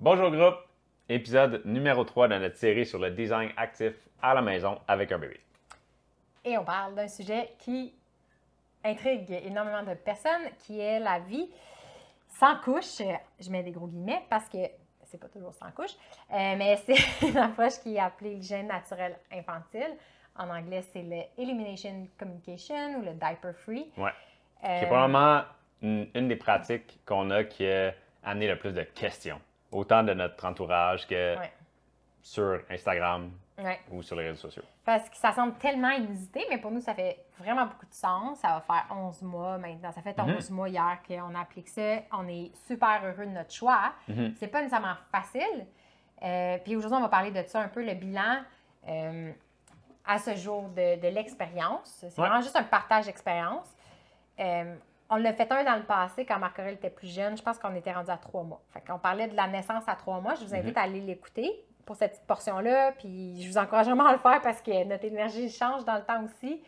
Bonjour groupe, épisode numéro 3 de notre série sur le design actif à la maison avec un bébé. Et on parle d'un sujet qui intrigue énormément de personnes, qui est la vie sans couche. Je mets des gros guillemets parce que c'est pas toujours sans couche, mais c'est une approche qui est appelée l'hygiène naturelle infantile. En anglais, c'est le Elimination Communication ou le Diaper Free. Ouais. Qui est probablement une des pratiques qu'on a qui a amené le plus de questions. Autant de notre entourage que sur Instagram ou sur les réseaux sociaux. Parce que ça semble tellement inusité, mais pour nous, ça fait vraiment beaucoup de sens. Ça va faire 11 mois maintenant. Ça fait 11 mois hier qu'on applique ça. On est super heureux de notre choix. C'est pas nécessairement facile. Puis aujourd'hui, on va parler de ça un peu, le bilan à ce jour de l'expérience. C'est vraiment juste un partage d'expérience. On l'a fait un dans le passé quand Marc-Aurèle était plus jeune. Je pense qu'on était rendu à 3 mois. Fait qu'on parlait de la naissance à 3 mois. Je vous invite à aller l'écouter pour cette petite portion-là. Puis je vous encourage vraiment à le faire parce que notre énergie change dans le temps aussi.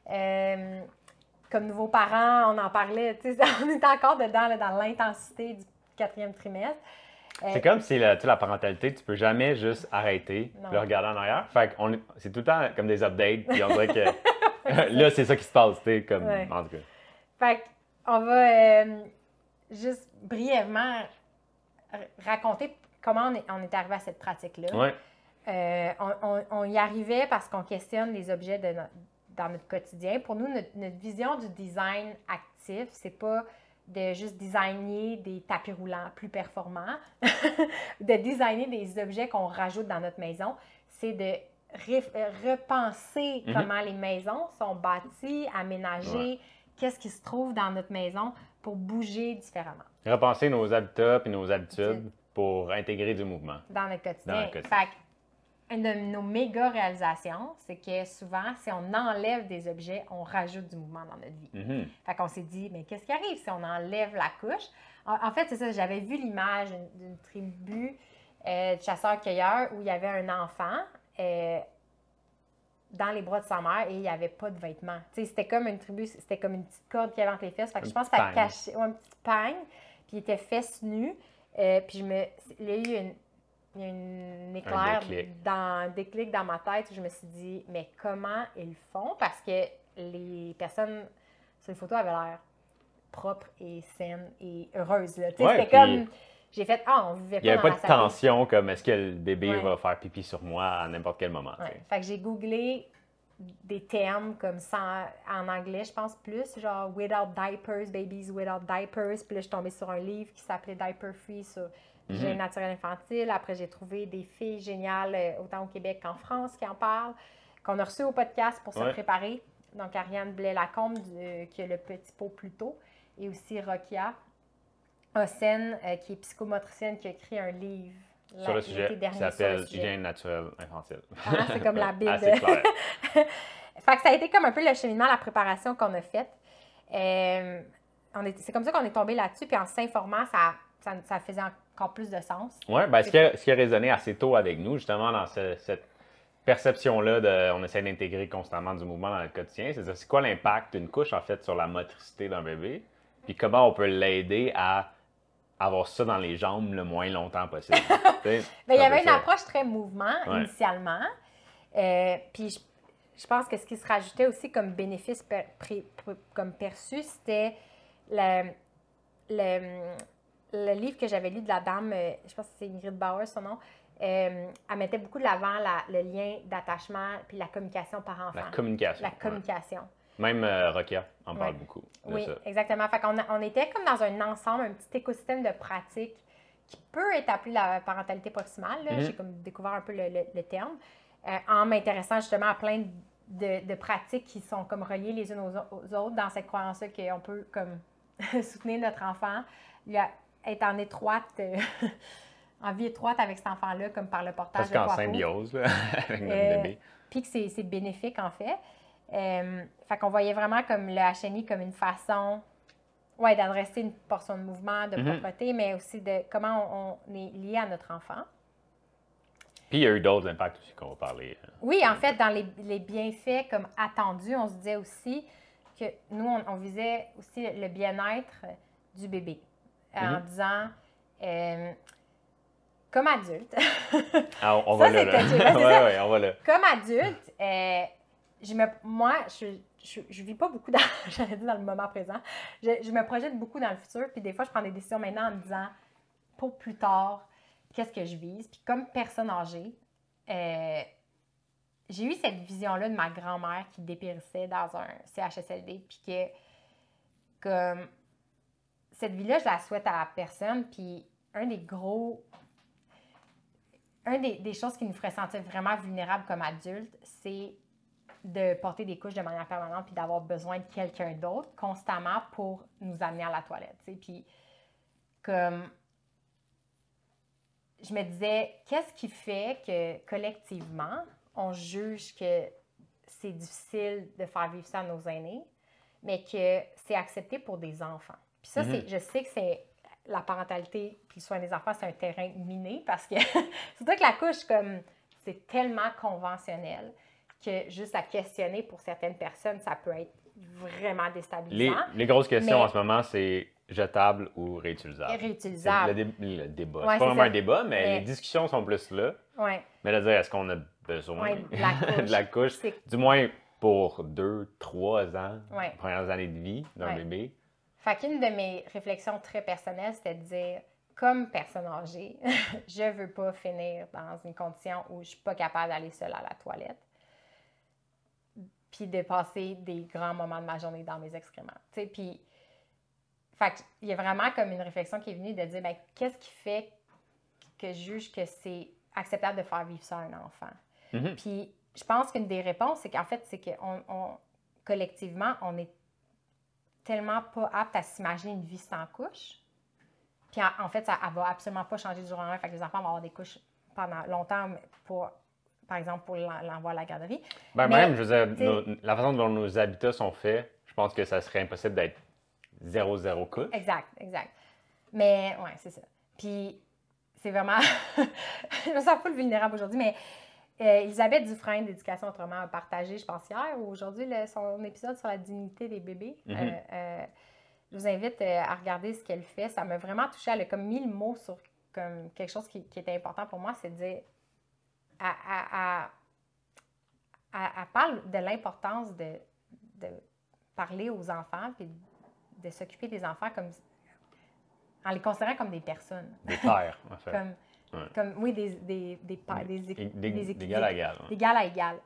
Comme nouveaux parents, on en parlait. On était encore dedans là, dans l'intensité du 4e trimestre. C'est comme si la parentalité, tu peux jamais juste arrêter le regarder en arrière. Fait que c'est tout le temps comme des updates. Puis on dirait que là, c'est ça qui se passe. Comme, en tout cas. Fait qu'on va juste brièvement raconter comment on est arrivé à cette pratique-là. On y arrivait parce qu'on questionne les objets dans notre quotidien. Pour nous, notre vision du design actif, c'est pas de juste designer des tapis roulants plus performants, de designer des objets qu'on rajoute dans notre maison. C'est de repenser comment les maisons sont bâties, aménagées, qu'est-ce qui se trouve dans notre maison pour bouger différemment. Repenser nos habitats et nos habitudes pour intégrer du mouvement. Dans notre quotidien. Fait une de nos méga réalisations, c'est que souvent, si on enlève des objets, on rajoute du mouvement dans notre vie. Fait qu'on s'est dit, mais qu'est-ce qui arrive si on enlève la couche? En fait, c'est ça, j'avais vu l'image d'une tribu de chasseurs-cueilleurs où il y avait un enfant dans les bras de sa mère et il n'y avait pas de vêtements. C'était comme une tribu, c'était comme une petite corde qu'il y avait entre les fesses. Fait que je pense que ça cachait un petit pagne, puis il était fesses nues. Puis il y a eu un éclair, un déclic dans ma tête où je me suis dit, mais comment ils font? Parce que les personnes sur les photos avaient l'air propres et saines et heureuses. C'était comme, j'ai fait, on vivait pas dans la Il n'y avait pas de tension comme, est-ce que le bébé va faire pipi sur moi à n'importe quel moment? Fait que j'ai googlé des termes comme ça en anglais, je pense plus, genre without diapers, babies without diapers. Puis là, je suis tombée sur un livre qui s'appelait Diaper Free sur l'hygiène naturelle infantile. Après, j'ai trouvé des filles géniales, autant au Québec qu'en France, qui en parlent, qu'on a reçues au podcast pour se préparer. Donc, Ariane Blais-Lacombe, qui a le petit pot plus tôt, et aussi Rokia Ossen, qui est psychomotricienne, qui a écrit un livre sur le sujet, qui s'appelle Hygiène naturelle infantile. C'est comme la Bible. Assez clair. Fait que ça a été comme un peu le cheminement, la préparation qu'on a faite. C'est comme ça qu'on est tombé là-dessus, puis en s'informant, ça faisait encore plus de sens. Oui, bien, ce qui a résonné assez tôt avec nous, justement, dans cette perception-là, on essaie d'intégrer constamment du mouvement dans notre quotidien, c'est quoi l'impact d'une couche, en fait, sur la motricité d'un bébé, puis comment on peut l'aider à avoir ça dans les jambes le moins longtemps possible. Il y avait une approche très mouvement initialement. Puis je pense que ce qui se rajoutait aussi comme bénéfice comme perçu, c'était le livre que j'avais lu de la dame, je pense que c'est Ingrid Bauer son nom. Elle mettait beaucoup de l'avant le lien d'attachement puis la communication par enfant. La communication. Même Rokia en parle beaucoup de ça. Oui, exactement. Fait on était comme dans un ensemble, un petit écosystème de pratiques qui peut être appelé la parentalité proximale. J'ai comme découvert un peu le terme en m'intéressant justement à plein de pratiques qui sont comme reliées les unes aux autres dans cette croyance-là qu'on peut comme soutenir notre enfant, être en étroite... en vie étroite avec cet enfant-là, comme par le portage de en symbiose là, avec notre bébé. Puis que c'est bénéfique, en fait. Fait qu'on voyait vraiment comme le HNI comme une façon d'adresser une portion de mouvement, de propreté, mais aussi de comment on est lié à notre enfant. Puis il y a eu d'autres impacts aussi qu'on va parler. Oui, en fait, dans les bienfaits comme attendus, on se disait aussi que nous, on visait aussi le bien-être du bébé en disant... comme adulte, Ah, on va là. Ouais, on va là. Comme adulte, moi, je vis pas beaucoup j'allais dire dans le moment présent. Je me projette beaucoup dans le futur, puis des fois, je prends des décisions maintenant en me disant, pour plus tard, qu'est-ce que je vise? Puis comme personne âgée, j'ai eu cette vision-là de ma grand-mère qui dépérissait dans un CHSLD, puis que, comme, cette vie-là, je la souhaite à personne, puis des choses qui nous ferait sentir vraiment vulnérables comme adultes, c'est de porter des couches de manière permanente puis d'avoir besoin de quelqu'un d'autre constamment pour nous amener à la toilette. T'sais. Puis, comme, je me disais, qu'est-ce qui fait que collectivement, on juge que c'est difficile de faire vivre ça à nos aînés, mais que c'est accepté pour des enfants. Puis ça, je sais que c'est la parentalité puis le soin des enfants, c'est un terrain miné parce que c'est vrai que la couche, comme, c'est tellement conventionnel que juste à questionner pour certaines personnes, ça peut être vraiment déstabilisant. Les grosses questions en ce moment, c'est jetable ou réutilisable. Réutilisable. Le débat. Ouais, c'est pas vraiment un débat, mais les discussions sont plus là. Ouais. Mais de dire, est-ce qu'on a besoin de la couche? Du moins pour 2, 3 ans, les premières années de vie d'un bébé. Fait qu'une de mes réflexions très personnelles, c'était de dire, comme personne âgée, je veux pas finir dans une condition où je suis pas capable d'aller seule à la toilette, puis de passer des grands moments de ma journée dans mes excréments. Puis, fait qu'il y a vraiment comme une réflexion qui est venue de dire, bien, qu'est-ce qui fait que je juge que c'est acceptable de faire vivre ça à un enfant? Puis, je pense qu'une des réponses, c'est qu'en fait, c'est que collectivement, on est tellement pas apte à s'imaginer une vie sans couche. Puis en fait, ça ne va absolument pas changer du jour au lendemain. Fait que les enfants vont avoir des couches pendant longtemps par exemple, pour l'envoi à la garderie. Même, je veux dire, la façon dont nos habitats sont faits, je pense que ça serait impossible d'être 0 couche. Exact. Mais, ouais, c'est ça. Puis, c'est vraiment... je me sens pas le vulnérable aujourd'hui, mais Elisabeth Dufresne d'Éducation Autrement a partagé, je pense hier ou aujourd'hui, son épisode sur la dignité des bébés. Je vous invite à regarder ce qu'elle fait. Ça m'a vraiment touchée. Elle a comme mis le mot sur comme quelque chose qui était important pour moi, c'est de dire... Elle parle de l'importance de parler aux enfants puis de s'occuper des enfants en les considérant comme des personnes. Des pères, en fait. Oui, des pères, d'égal à égal. D'égal à égal.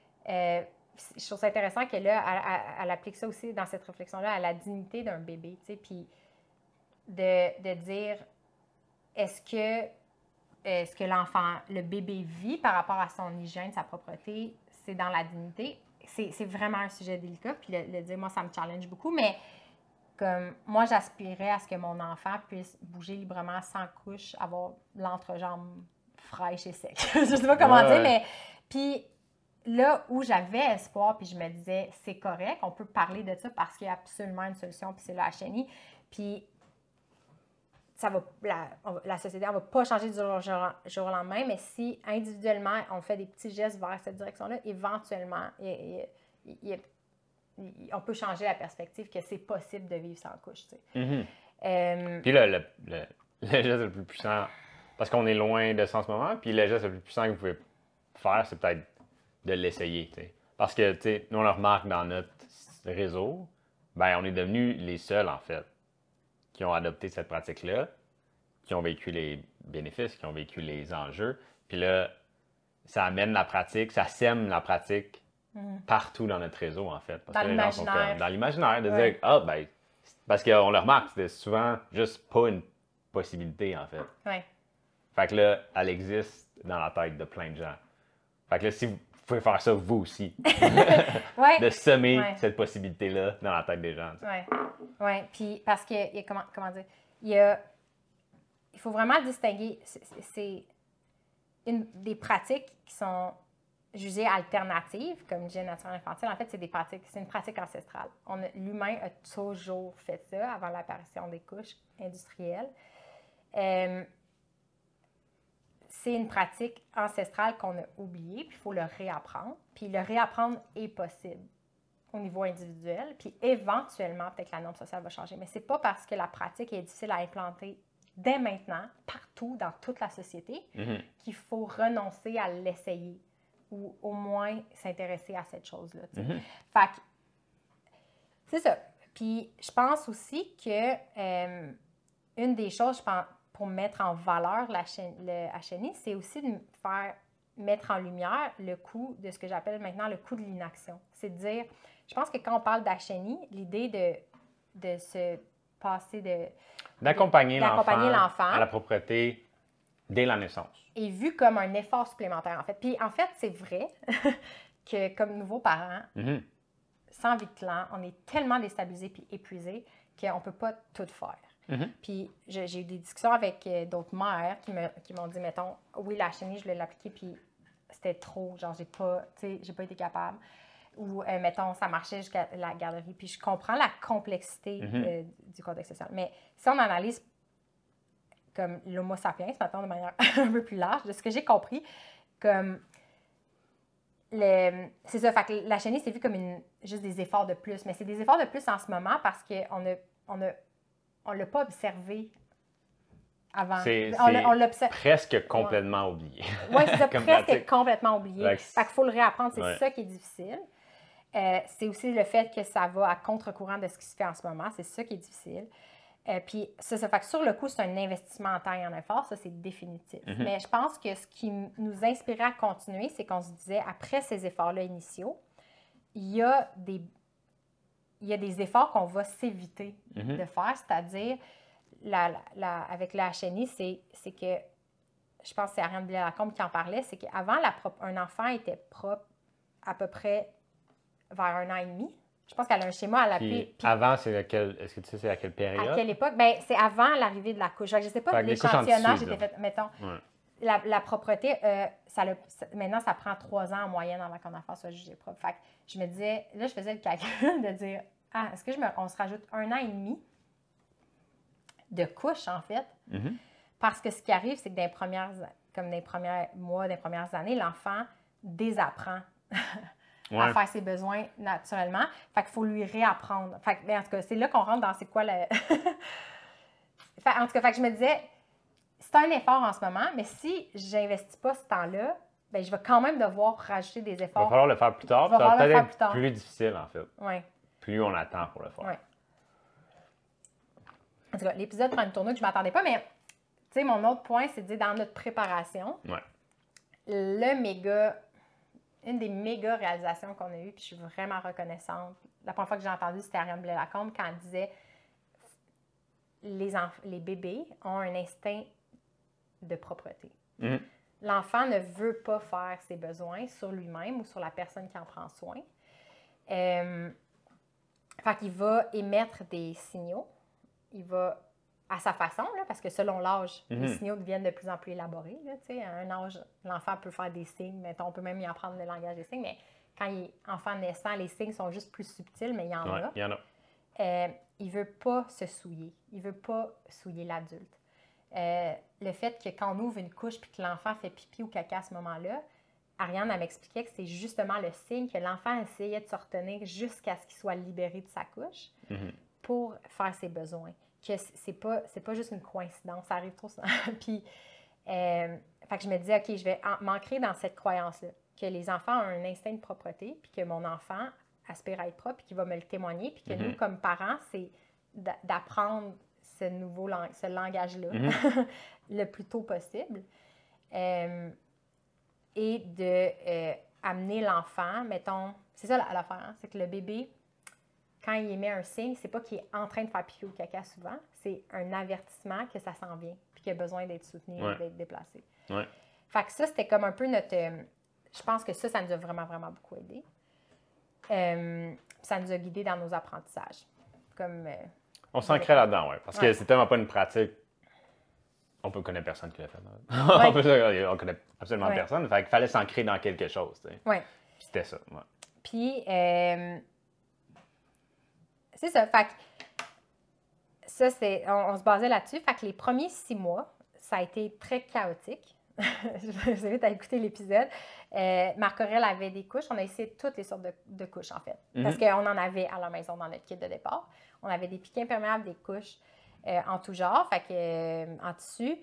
Je trouve ça intéressant qu'elle elle applique ça aussi dans cette réflexion-là à la dignité d'un bébé, tu sais, puis de dire, est-ce que l'enfant, le bébé vit par rapport à son hygiène, sa propreté, c'est dans la dignité? C'est vraiment un sujet délicat, puis le dire, moi, ça me challenge beaucoup, mais comme moi, j'aspirais à ce que mon enfant puisse bouger librement sans couche, avoir l'entrejambe fraîche et sec. Je sais pas comment dire, mais puis là où j'avais espoir, puis je me disais, c'est correct, on peut parler de ça parce qu'il y a absolument une solution, puis c'est le HNI, puis la société, on ne va pas changer du jour au lendemain, mais si individuellement, on fait des petits gestes vers cette direction-là, éventuellement, on peut changer la perspective que c'est possible de vivre sans couche. Tu sais. Puis le geste le plus puissant, parce qu'on est loin de ça en ce moment, puis le geste le plus puissant que vous pouvez faire, c'est peut-être de l'essayer. Tu sais. Parce que tu sais, nous, on le remarque dans notre réseau, ben on est devenus les seuls, en fait, qui ont adopté cette pratique-là, qui ont vécu les bénéfices, qui ont vécu les enjeux. Puis là, ça amène la pratique, ça sème la pratique partout dans notre réseau, en fait. Parce dans que l'imaginaire. Les gens sont comme, dans l'imaginaire, de dire, ben, parce qu'on le remarque, c'est souvent juste pas une possibilité, en fait. Ouais. Fait que là, elle existe dans la tête de plein de gens. Fait que là, si vous pouvez faire ça, vous aussi, de semer cette possibilité-là dans la tête des gens. Oui, puis parce que, comment dire, il faut vraiment distinguer, c'est des pratiques qui sont jugées alternatives, comme l'hygiène naturelle infantile. En fait, c'est une pratique ancestrale. L'humain a toujours fait ça avant l'apparition des couches industrielles. C'est une pratique ancestrale qu'on a oubliée, puis il faut le réapprendre. Puis le réapprendre est possible au niveau individuel, puis éventuellement, peut-être que la norme sociale va changer. Mais c'est pas parce que la pratique est difficile à implanter dès maintenant, partout, dans toute la société, qu'il faut renoncer à l'essayer ou au moins s'intéresser à cette chose-là. Fait que, c'est ça. Puis, je pense aussi que une des choses, je pense, pour mettre en valeur le HNI, c'est aussi de faire mettre en lumière le coût de ce que j'appelle maintenant le coût de l'inaction. C'est de dire, je pense que quand on parle d'HNI, l'idée de se passer d'accompagner l'enfant à la propreté dès la naissance. Est vu comme un effort supplémentaire, en fait. Puis, en fait, c'est vrai que comme nouveaux parents, sans vie de clan, on est tellement déstabilisés puis épuisés qu'on ne peut pas tout faire. Puis j'ai eu des discussions avec d'autres mères qui m'ont dit, mettons, oui, la chenille, je voulais l'appliquer, puis c'était trop, genre, j'ai pas été capable. Ou, mettons, ça marchait jusqu'à la garderie. Puis je comprends la complexité du contexte social. Mais si on analyse comme l'homo sapiens, maintenant de manière un peu plus large, de ce que j'ai compris, comme c'est ça, fait que la chenille, c'est vu comme juste des efforts de plus. Mais c'est des efforts de plus en ce moment parce qu'on on l'a pas observé avant. On l'observe presque complètement oublié. Oui, c'est ça, presque pratique. Complètement oublié. Fait qu'il faut le réapprendre, c'est ça qui est difficile. C'est aussi le fait que ça va à contre-courant de ce qui se fait en ce moment, c'est ça qui est difficile. Puis ça fait que sur le coup, c'est un investissement en temps et en effort, ça c'est définitif. Mais je pense que ce qui nous inspirait à continuer, c'est qu'on se disait, après ces efforts-là initiaux, il y a des efforts qu'on va s'éviter de faire, c'est-à-dire, avec le HNI, c'est que, je pense que c'est Ariane Blais-Lacombe qui en parlait, c'est qu'avant, un enfant était propre à peu près vers 1 an et demi. Je pense qu'elle a un schéma à l'appeler. Avant, est-ce que tu sais c'est à quelle période? À quelle époque? Bien, c'est avant l'arrivée de la couche. Je ne sais pas, l'échantillonnage était fait, mettons. Ouais. La propreté, maintenant, ça prend 3 ans en moyenne avant qu'un enfant soit jugé propre. Fait que je me disais, là, je faisais le calcul de dire, est-ce que on se rajoute 1 an et demi de couche, en fait? Parce que ce qui arrive, c'est que dans les premiers mois, des premières années, l'enfant désapprend à faire ses besoins naturellement. Fait qu'il faut lui réapprendre. Fait que, en tout cas, c'est là qu'on rentre dans c'est quoi le... en tout cas, fait que je me disais, c'est un effort en ce moment, mais si je n'investis pas ce temps-là, bien, je vais quand même devoir rajouter des efforts. Il va falloir le faire plus tard. Ça va peut-être être plus difficile, en fait. Oui. Plus on attend pour le faire. Oui. En tout cas, l'épisode prend une tournure que je ne m'attendais pas, mais tu sais, mon autre point, c'est de dire dans notre préparation, une des méga réalisations qu'on a eues, puis je suis vraiment reconnaissante. La première fois que j'ai entendu, c'était Ariane Blais-Lacombe quand elle disait les bébés ont un instinct de propreté. L'enfant ne veut pas faire ses besoins sur lui-même ou sur la personne qui en prend soin. Fait qu'il va émettre des signaux. Il va, à sa façon, là, parce que selon l'âge, les signaux deviennent de plus en plus élaborés. Là, à un âge, l'enfant peut faire des signes. Mettons, on peut même y apprendre le langage des signes, mais quand il est enfant naissant, les signes sont juste plus subtils, mais il y en a. Il y en a. Il ne veut pas se souiller. Il ne veut pas souiller l'adulte. Le fait que quand on ouvre une couche et que l'enfant fait pipi ou caca à ce moment-là, Ariane, elle m'expliquait que c'est justement le signe que l'enfant essayait de se retenir jusqu'à ce qu'il soit libéré de sa couche pour faire ses besoins. Que c'est pas juste une coïncidence, ça arrive trop souvent. Puis, fait que je me disais, OK, je vais m'ancrer dans cette croyance-là, que les enfants ont un instinct de propreté, puis que mon enfant aspire à être propre, puis qu'il va me le témoigner, puis que nous, comme parents, c'est d'apprendre ce langage-là le plus tôt possible. Et d'amener l'enfant, mettons, c'est ça l'affaire, hein, c'est que le bébé, quand il émet un signe, c'est pas qu'il est en train de faire pipi ou caca souvent, c'est un avertissement que ça s'en vient, puis qu'il a besoin d'être soutenu, d'être déplacé. Fait que ça, c'était comme un peu notre... je pense que ça nous a vraiment, vraiment beaucoup aidé. Ça nous a guidés dans nos apprentissages. On s'ancrait là-dedans, oui, parce que c'est tellement pas une pratique. On peut connaître personne qui l'a fait. On connaît absolument personne. Fait qu'il fallait s'ancrer dans quelque chose. Oui. C'était ça. Puis, c'est ça. Fait que ça, on se basait là-dessus. Fait que les premiers 6 mois, ça a été très chaotique. Je vous invite à écouter l'épisode. Marc-Aurèle avait des couches. On a essayé toutes les sortes de couches, en fait. Parce qu'on en avait à la maison dans notre kit de départ. On avait des piquets imperméables, des couches. en tout genre, fait que en tissu,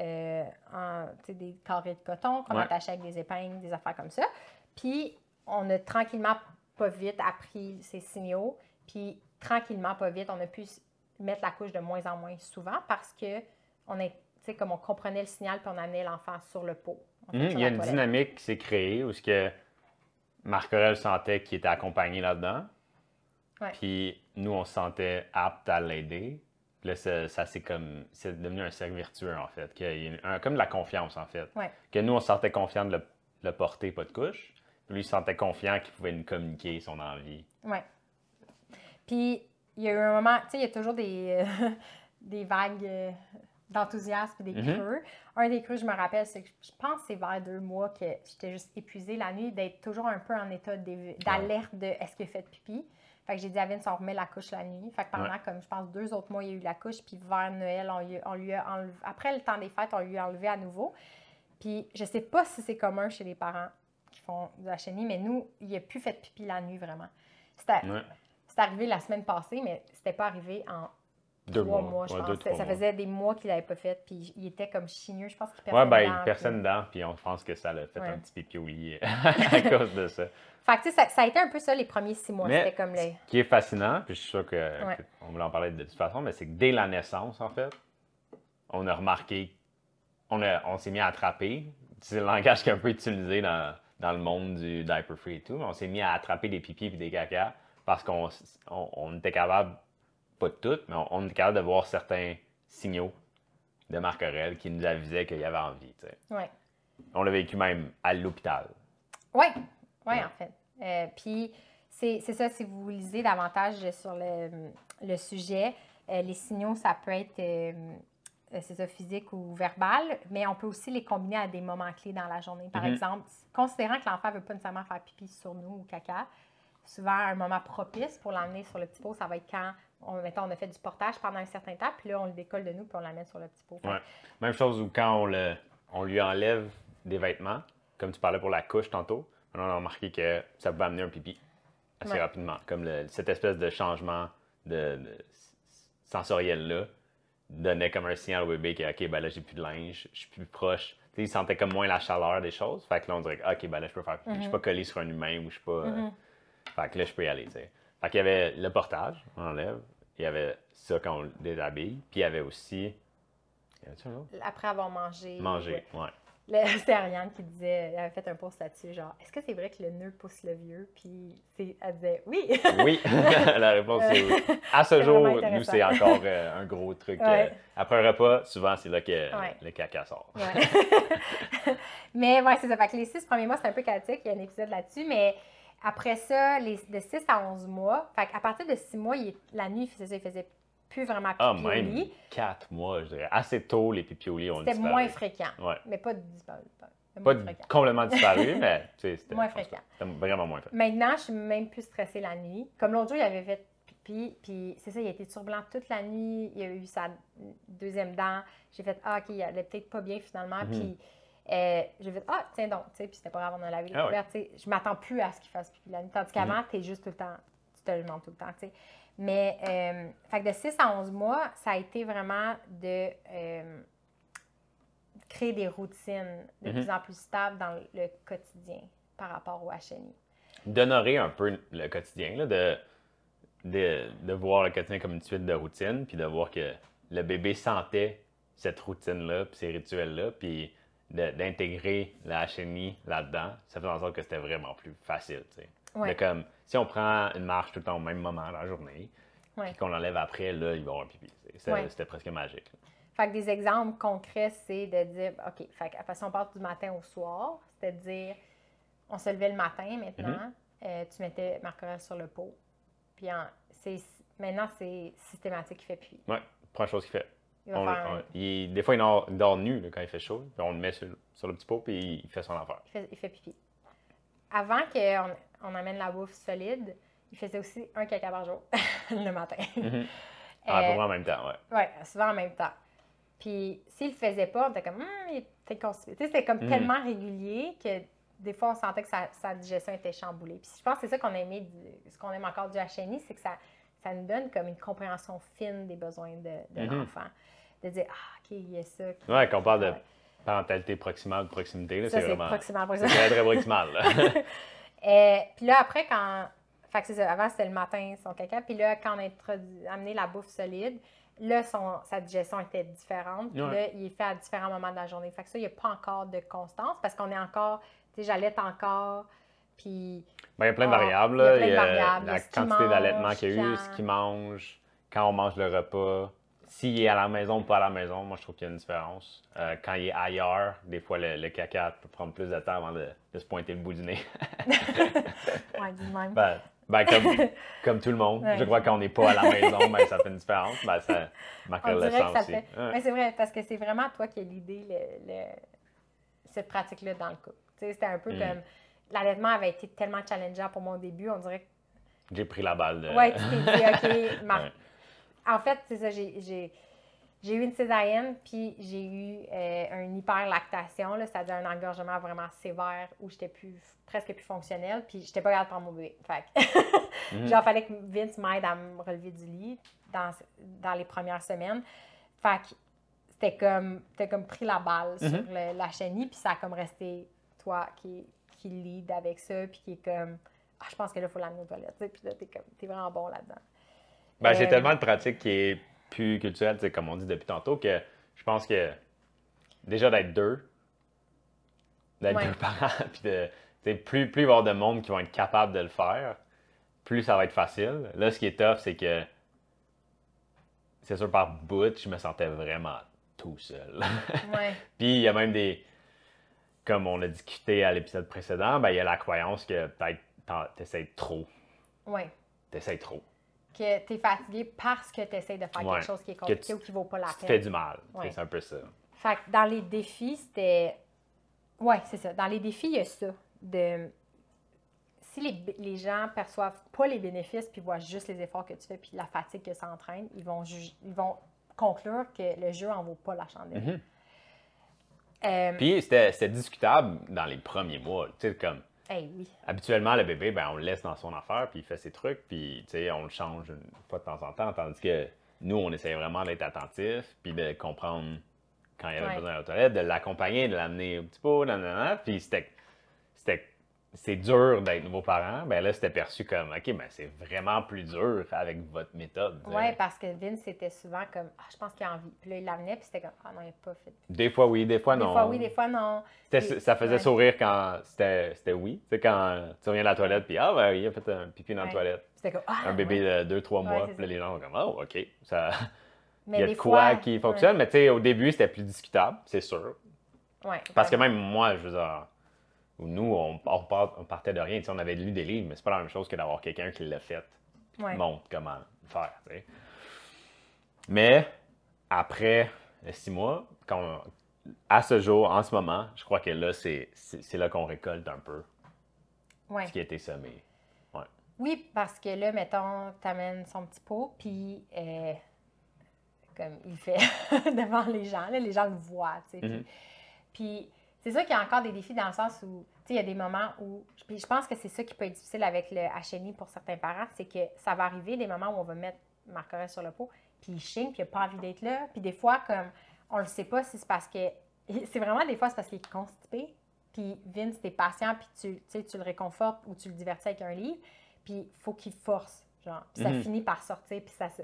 des carrés de coton qu'on attachait avec des épingles, des affaires comme ça. Puis, on a tranquillement, pas vite, appris ces signaux. Puis, tranquillement, pas vite, on a pu mettre la couche de moins en moins souvent parce que comme on comprenait le signal puis on amenait l'enfant sur le pot. Il y a une dynamique qui s'est créée où ce que Marc-Aurèle sentait qu'il était accompagné là-dedans. Ouais. Puis nous, on se sentait apte à l'aider. Là, c'est devenu un cercle vertueux, en fait. Comme de la confiance, en fait. Ouais. Que nous, on se sentait confiant de le porter, pas de couche. Puis lui, il se sentait confiant qu'il pouvait nous communiquer son envie. Oui. Puis, il y a eu un moment, tu sais, il y a toujours des vagues d'enthousiasme et des creux. Un des creux, je me rappelle, c'est que je pense que c'est vers 2 mois que j'étais juste épuisée la nuit d'être toujours un peu en état d'alerte de est-ce qu'il fait de pipi. Fait que j'ai dit à Vince, on remet la couche la nuit. Fait que pendant, comme je pense, 2 autres mois, il y a eu la couche. Puis vers Noël, on lui a enlevé. Après le temps des fêtes, on lui a enlevé à nouveau. Puis je sais pas si c'est commun chez les parents qui font de la chenille, mais nous, il n'a plus fait de pipi la nuit, vraiment. C'est arrivé la semaine passée, mais c'était pas arrivé en 3 mois, je pense. Ça faisait des mois qu'il l'avait pas fait, puis il était comme chigneux. Je pense qu'il perdait dedans. Il perçait dedans, puis on pense que ça l'a fait un petit pipi au lit à cause de ça. Fait que, tu sais, ça a été un peu ça les premiers 6 mois. Mais c'était comme ce qui est fascinant, puis je suis sûr qu'on voulait en parler de toute façon, mais c'est que dès la naissance, en fait, on a remarqué, on s'est mis à attraper. C'est le langage qui est un peu utilisé dans le monde du diaper free et tout, mais on s'est mis à attraper des pipis et des cacas parce qu'on était capable, pas de tout, mais on était capable de voir certains signaux de Marc-Aurèle qui nous avisaient qu'il y avait envie. Ouais. On l'a vécu même à l'hôpital. Oui, en fait. Puis, c'est ça, si vous lisez davantage sur le sujet, les signaux, ça peut être, c'est ça, physique ou verbal, mais on peut aussi les combiner à des moments clés dans la journée. Par exemple, considérant que l'enfant ne veut pas nécessairement faire pipi sur nous ou caca, souvent, un moment propice pour l'emmener sur le petit pot, ça va être quand, on a fait du portage pendant un certain temps, puis là, on le décolle de nous, puis on l'amène sur le petit pot. Ouais. Même chose où quand on lui enlève des vêtements, comme tu parlais pour la couche tantôt, on a remarqué que ça pouvait amener un pipi assez rapidement. Comme cette espèce de changement de sensoriel-là donnait comme un signal au bébé que, OK, ben là, j'ai plus de linge, je suis plus proche. Tu sais, il sentait comme moins la chaleur des choses. Fait que là, on dirait, OK, ben là, je peux faire pipi. Je suis pas collé sur un humain ou je suis pas... Fait que là, je peux y aller, tu sais. Fait qu'il y avait le portage, on enlève. Il y avait ça quand on déshabille. Puis il y avait aussi... Y avait-tu un autre? Après avoir mangé. Manger, ouais. C'était Ariane qui disait, elle avait fait un post là-dessus, genre, est-ce que c'est vrai que le nœud pousse le vieux? Puis elle disait, oui. Oui, la réponse est oui. À ce jour, nous, c'est encore un gros truc. Après un repas, souvent, c'est là que le caca sort. Ouais. Mais ouais, c'est ça. Fait que les 6 premiers mois, c'est un peu chaotique. Il y a un épisode là-dessus. Mais après ça, de 6 à 11 mois, fait qu'à partir de 6 mois, la nuit, il faisait plus vraiment pipi au lit. Même 4 mois, je dirais. Assez tôt, les pipi au lit ont disparu. C'était moins fréquent. Ouais. Mais pas disparu. Pas complètement disparu, mais c'était moins fréquent. C'était vraiment moins fréquent. Maintenant, je suis même plus stressée la nuit. Comme l'autre jour, il avait fait pipi, puis c'est ça, il a été turbulent toute la nuit. Il a eu sa 2e dent. J'ai fait, OK, il allait peut-être pas bien finalement. Puis j'ai fait, tiens donc, tu sais, puis c'était pas grave, on a lavé les couvertes. Je m'attends plus à ce qu'il fasse pipi la nuit. Tandis qu'avant, t'es juste tout le temps, tu te demandes tout le temps, tu sais. Mais, fait que de 6 à 11 mois, ça a été vraiment de créer des routines de plus en plus stables dans le quotidien par rapport au HNI. D'honorer un peu le quotidien, là, de voir le quotidien comme une suite de routines, puis de voir que le bébé sentait cette routine-là, puis ces rituels-là, puis d'intégrer la HNI là-dedans, ça fait en sorte que c'était vraiment plus facile, tu sais. Ouais. Comme, si on prend une marche tout le temps au même moment dans la journée, puis qu'on l'enlève après, là, il va avoir un pipi. C'était presque magique. Là. Fait que des exemples concrets, c'est de dire, OK, fait que, si on part du matin au soir, c'est-à-dire, on se levait le matin maintenant, tu mettais Marc-Aurèle sur le pot, puis maintenant, c'est systématique, il fait pipi. Oui, première chose qu'il fait. Il des fois, il dort nu là, quand il fait chaud, puis on le met sur le petit pot, puis il fait son affaire. Il fait pipi. Avant qu'on amène la bouffe solide, il faisait aussi un caca par jour, le matin. À peu près en même temps, oui. Oui, souvent en même temps. Puis s'il le faisait pas, on était comme, il était constipé. Tu sais, c'était comme tellement régulier que des fois, on sentait que sa digestion était chamboulée. Puis je pense que c'est ça qu'on aimait, ce qu'on aime encore du HNI, c'est que ça ça nous donne comme une compréhension fine des besoins de l'enfant. De dire, OK, il y a ça. Ouais, qu'on parle de parentalité proximale, de proximité, là, ça, c'est vraiment... proximal. C'est très, très proximal, là. Puis là, après, fait que c'est ça, avant, c'était le matin, son caca. Puis là, quand on a amené la bouffe solide, là, sa digestion était différente. Puis là, il est fait à différents moments de la journée. Fait que ça, il n'y a pas encore de constance parce qu'on est encore, tu sais, j'allaite encore. Puis. Ben, il y a plein de variables, là. Il y a plein de variables. La quantité d'allaitement qu'il y a eu, ce qu'il mange, quand on mange le repas, s'il est à la maison ou pas à la maison. Moi, je trouve qu'il y a une différence. Quand il est ailleurs, des fois, le caca peut prendre plus de temps avant de se pointer le bout du nez. Ouais, du même. Ben, comme tout le monde. Je crois que quand on n'est pas à la maison, ben, ça fait une différence. Ben, ça marque le sens aussi. Mais c'est vrai, parce que c'est vraiment toi qui as l'idée, cette pratique-là dans le couple. Tu sais, c'était un peu comme... L'allaitement avait été tellement challengeant pour moi au début, on dirait que... J'ai pris la balle de... Ouais, tu t'es dit, OK, En fait, c'est ça, j'ai eu une césarienne, puis j'ai eu une hyperlactation, là, c'est-à-dire un engorgement vraiment sévère où j'étais presque plus fonctionnelle, puis j'étais pas capable de prendre mon bébé. Fait que, genre, fallait que Vince m'aide à me relever du lit dans les premières semaines. Fait que c'était comme pris la balle sur la chenille, puis ça a comme resté toi qui lead avec ça, puis qui est comme, je pense que là, il faut l'amener aux toilettes, puis là, t'es vraiment bon là-dedans. Ben, j'ai tellement de pratiques qui est plus culturelle, comme on dit depuis tantôt, que je pense que déjà d'être deux parents, puis plus il va y avoir de monde qui vont être capables de le faire, plus ça va être facile. Là, ce qui est tough, c'est que c'est sûr, par bout, je me sentais vraiment tout seul. Puis il y a même comme on a discuté à l'épisode précédent, ben, il y a la croyance que peut-être t'essayes trop. T'essayes trop. Que tu es fatigué parce que tu essaies de faire quelque chose qui est compliqué ou qui ne vaut pas la peine. Tu fais du mal. C'est un peu ça. Fait que dans les défis, c'était... Oui, c'est ça. Dans les défis, il y a ça. Si les gens perçoivent pas les bénéfices puis voient juste les efforts que tu fais puis la fatigue que ça entraîne, ils vont conclure que le jeu en vaut pas la chandelle. Puis c'était discutable dans les premiers mois. Tu sais, comme... oui. Habituellement, le bébé, ben, on le laisse dans son affaire, puis il fait ses trucs, puis on le change une fois de temps en temps, tandis que nous, on essaie vraiment d'être attentifs, puis de comprendre quand il avait besoin de la toilette, de l'accompagner, de l'amener au petit pot, puis c'est dur d'être nouveau parent. Ben là, c'était perçu comme, OK, ben c'est vraiment plus dur avec votre méthode. Oui, parce que Vince, c'était souvent comme, je pense qu'il a envie. Puis là, il l'amenait, puis c'était comme, non, il n'a pas fait. Des fois oui, des fois non. Des fois oui, des fois non. Ça faisait sourire quand c'était oui. Tu sais, quand tu reviens de la toilette, puis ben il a fait un pipi dans la toilette. C'était comme, un bébé de 2-3 mois, puis là, les gens sont comme, oh, OK, ça... Mais il y a de quoi qui fonctionne, mais tu sais, au début, c'était plus discutable, c'est sûr. Parce que même moi, je veux dire, nous, on partait de rien. On avait lu des livres, mais c'est pas la même chose que d'avoir quelqu'un qui l'a fait, montre comment le faire. T'sais. Mais après 6 mois, à ce jour, en ce moment, je crois que là, c'est là qu'on récolte un peu ce qui a été semé. Oui, parce que là, mettons, t'amènes son petit pot, puis comme il fait devant les gens, là, les gens le voient, tu sais. Puis c'est sûr qu'il y a encore des défis dans le sens où, tu sais, il y a des moments où, puis je pense que c'est ça qui peut être difficile avec le HNI pour certains parents, c'est que ça va arriver des moments où on va mettre Marc-Aurèle sur le pot, puis il chigne, puis il n'a pas envie d'être là. Puis des fois, comme, on le sait pas si c'est parce que, c'est vraiment des fois, c'est parce qu'il est constipé, puis Vince, t'es patient, puis tu le réconfortes ou tu le divertis avec un livre, puis il faut qu'il force, genre, puis ça finit par sortir, puis ça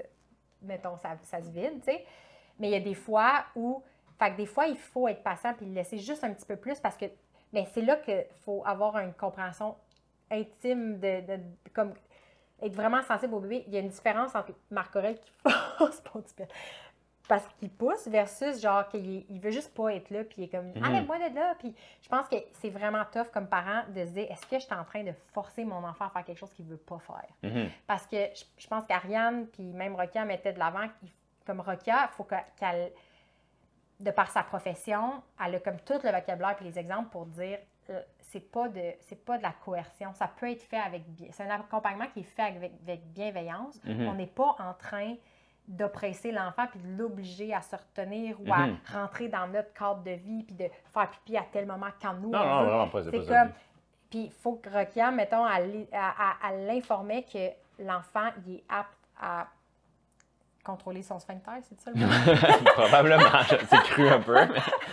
se vide, tu sais. Mais il y a des fois où, fait que des fois, il faut être patient puis le laisser juste un petit peu plus parce que, mais c'est là qu'il faut avoir une compréhension intime comme être vraiment sensible au bébé. Il y a une différence entre Marc-Aurèle qui force parce qu'il pousse versus genre qu'il veut juste pas être là puis il est comme enlève-moi de là. Puis je pense que c'est vraiment tough comme parent de se dire est-ce que je suis en train de forcer mon enfant à faire quelque chose qu'il veut pas faire. Parce que je pense qu'Ariane puis même Rokia mettaient de l'avant comme Rokia, il faut qu'elle de par sa profession, elle a comme tout le vocabulaire et les exemples pour dire c'est pas de la coercion. Ça peut être fait c'est un accompagnement qui est fait avec bienveillance. On n'est pas en train d'oppresser l'enfant puis de l'obliger à se retenir ou à rentrer dans notre cadre de vie puis de faire pipi à tel moment quand nous on veut. Vraiment pas, c'est pas comme... Puis il faut que Rokia, mettons, elle l'informait que l'enfant, il est apte à contrôler son sphincter, c'est ça le mot? Probablement, c'est cru un peu.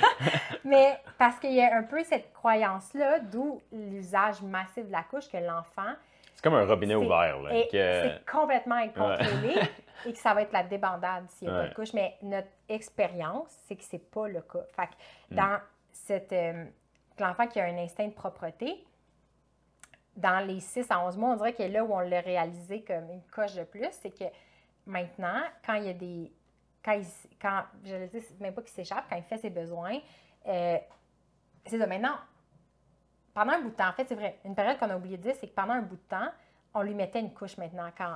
Mais parce qu'il y a un peu cette croyance-là, d'où l'usage massif de la couche, que l'enfant... C'est comme un robinet ouvert. Là, c'est complètement incontrôlé et que ça va être la débandade s'il n'y a pas de couche. Mais notre expérience, c'est que c'est pas le cas. Fait que dans cette... l'enfant qui a un instinct de propreté, dans les 6 à 11 mois, on dirait que là où on l'a réalisé comme une coche de plus, c'est que maintenant, quand il y a des... Quand je le dis, même pas qu'il s'échappe, quand il fait ses besoins, c'est ça. Maintenant, pendant un bout de temps, en fait, c'est vrai, une période qu'on a oublié de dire, c'est que pendant un bout de temps, on lui mettait une couche maintenant quand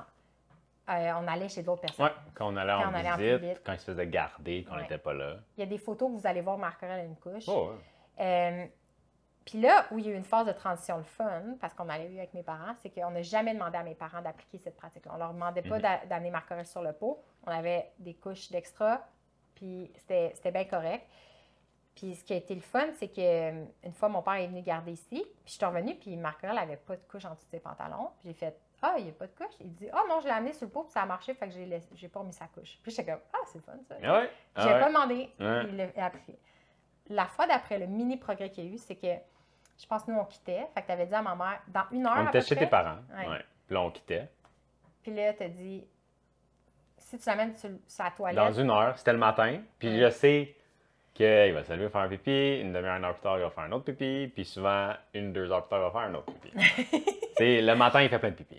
on allait chez d'autres personnes. Oui, quand on allait en visite, quand il se faisait garder, quand on n'était pas là. Il y a des photos que vous allez voir, Marc-Aurèle a une couche. Oh, ouais. Puis là, où il y a eu une phase de transition le fun, parce qu'on allait eu avec mes parents, c'est qu'on n'a jamais demandé à mes parents d'appliquer cette pratique-là. On leur demandait pas d'amener Marc-Aurèle sur le pot. On avait des couches d'extra, puis c'était bien correct. Puis ce qui a été le fun, c'est qu'une fois, mon père est venu garder ici, puis je suis revenue, puis Marc-Aurèle n'avait pas de couche en dessous de ses pantalons. Puis j'ai fait « Ah, il n'y a pas de couche? » Il dit « Ah non, je l'ai amené sur le pot, puis ça a marché, fait que j'ai pas remis sa couche. » Puis j'étais comme « Ah, c'est le fun, ça. » J'ai pas demandé, il l'a appliqué. La fois d'après, le mini progrès qu'il y a eu, c'est que je pense que nous, on quittait. Fait que tu avais dit à ma mère, dans 1 heure. On était chez tes parents. Ouais. Puis là, on quittait. Puis là, tu as dit, si tu l'amènes sur la toilette. Dans 1 heure, c'était le matin. Puis je sais qu'il va se lever faire un pipi. Une demi-heure, 1 heure plus tard, il va faire un autre pipi. Puis souvent, 1-2 heures plus tard, il va faire un autre pipi. Le matin, il fait plein de pipi.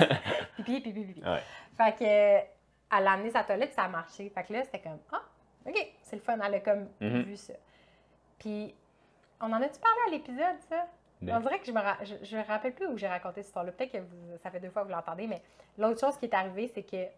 Pipi. Ouais. Fait que, elle a amené sa toilette, ça a marché. Fait que là, c'était comme, ah, OK, c'est le fun. Elle a comme vu ça. Puis, on en a-tu parlé à l'épisode, ça? On dirait que je me rappelle plus où j'ai raconté cette histoire-là. Peut-être que ça fait 2 fois que vous l'entendez, mais l'autre chose qui est arrivée, c'est que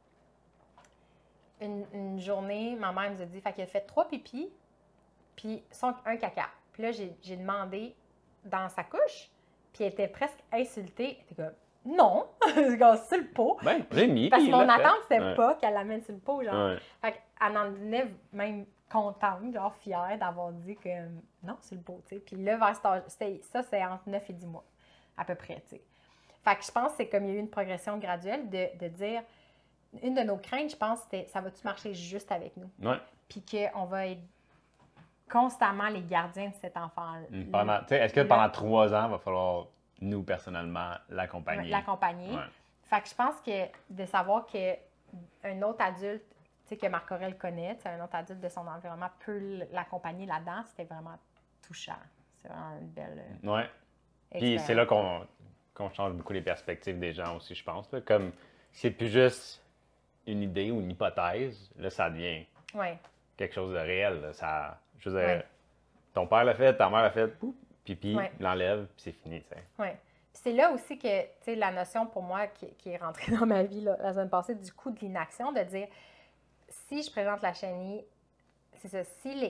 une journée, ma mère nous a dit, fait qu'elle a fait 3 pipis, puis un caca. Puis là, j'ai demandé dans sa couche, puis elle était presque insultée. Elle était comme, non, c'est le pot. Ben, j'ai mis. Parce que mon attente, c'était pas qu'elle l'amène sur le pot, genre. Fait qu'elle en venait même contente, genre fière d'avoir dit que non, c'est le pot, tu sais. Puis là, vers ça, c'est entre 9 et 10 mois, à peu près, tu sais. Fait que je pense que c'est comme il y a eu une progression graduelle de dire, une de nos craintes, je pense, c'était, ça va-tu marcher juste avec nous? Ouais. Puis qu'on va être constamment les gardiens de cet enfant. Est-ce que pendant 3 ans, il va falloir, nous, personnellement, l'accompagner? L'accompagner. Fait que je pense que de savoir qu'un autre adulte, tu sais, que Marc-Aurèle connaît, un autre adulte de son environnement peut l'accompagner là-dedans, c'était vraiment touchant. C'est vraiment une belle expérience. Puis c'est là qu'on change beaucoup les perspectives des gens aussi, je pense. Là. Comme, c'est plus juste une idée ou une hypothèse, là, ça devient quelque chose de réel. Là. Ça, je veux dire, ton père l'a fait, ta mère l'a fait, pouf, pipi, l'enlève, puis c'est fini. Oui. C'est là aussi que, tu sais, la notion pour moi qui est rentrée dans ma vie là, la semaine passée, du coup de l'inaction, de dire, si je présente la chenille, c'est ça,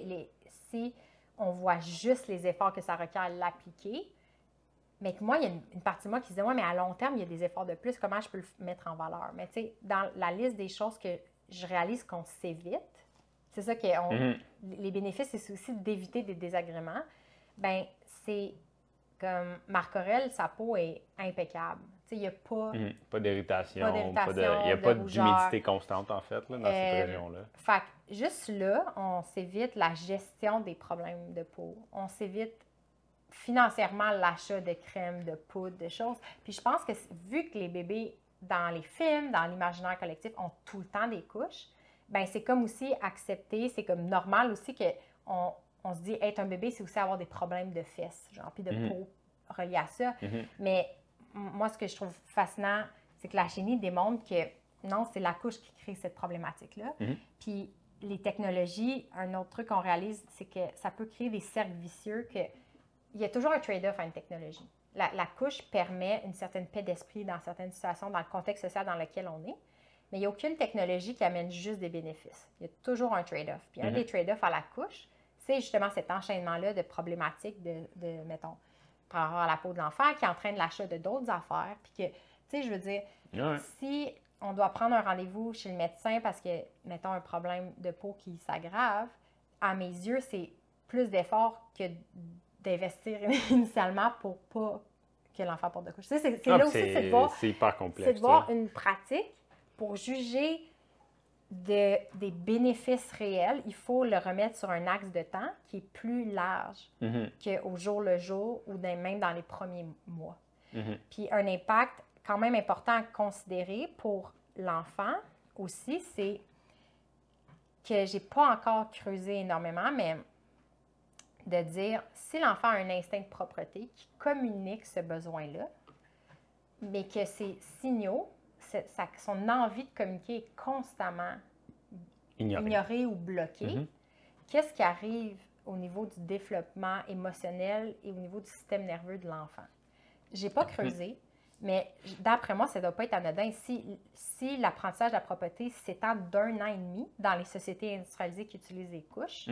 si on voit juste les efforts que ça requiert à l'appliquer, mais que moi, il y a une partie de moi qui se dit, ouais, mais à long terme, il y a des efforts de plus, comment je peux le mettre en valeur? Mais tu sais, dans la liste des choses que je réalise qu'on s'évite, c'est ça que les bénéfices, c'est aussi d'éviter des désagréments, ben c'est comme Marc-Aurèle, sa peau est impeccable. Tu sais, il n'y a pas... Pas d'irritation, il n'y a pas d'humidité constante, en fait, là, dans cette région-là. Fait que juste là, on s'évite la gestion des problèmes de peau. On s'évite financièrement l'achat de crème, de poudre, de choses. Puis je pense que vu que les bébés, dans les films, dans l'imaginaire collectif, ont tout le temps des couches, ben c'est comme aussi accepter, c'est comme normal aussi qu'on se dit être un bébé, c'est aussi avoir des problèmes de fesses, genre, puis de peau reliés à ça. Mais moi, ce que je trouve fascinant, c'est que la chenille démontre que non, c'est la couche qui crée cette problématique-là. Puis les technologies, un autre truc qu'on réalise, c'est que ça peut créer des cercles vicieux que il y a toujours un trade-off à une technologie. La couche permet une certaine paix d'esprit dans certaines situations, dans le contexte social dans lequel on est, mais il n'y a aucune technologie qui amène juste des bénéfices. Il y a toujours un trade-off. Puis un des trade-offs à la couche, c'est justement cet enchaînement-là de problématiques de mettons, par rapport à la peau de l'enfant qui entraîne l'achat de d'autres affaires. Puis que, tu sais, je veux dire, si on doit prendre un rendez-vous chez le médecin parce que, mettons, un problème de peau qui s'aggrave, à mes yeux, c'est plus d'efforts que d'investir initialement pour pas que l'enfant porte de couche. C'est là aussi, c'est de voir... C'est hyper complexe. C'est de voir une pratique pour juger des bénéfices réels, il faut le remettre sur un axe de temps qui est plus large qu'au jour le jour ou même dans les premiers mois. Puis un impact quand même important à considérer pour l'enfant aussi, c'est que j'ai pas encore creusé énormément, mais de dire si l'enfant a un instinct de propreté qui communique ce besoin-là, mais que ses signaux, son envie de communiquer est constamment ignoré ou bloqué, qu'est-ce qui arrive au niveau du développement émotionnel et au niveau du système nerveux de l'enfant? J'ai pas creusé, mais d'après moi, ça ne doit pas être anodin. Si l'apprentissage de la propreté s'étend d'1 an et demi dans les sociétés industrialisées qui utilisent les couches,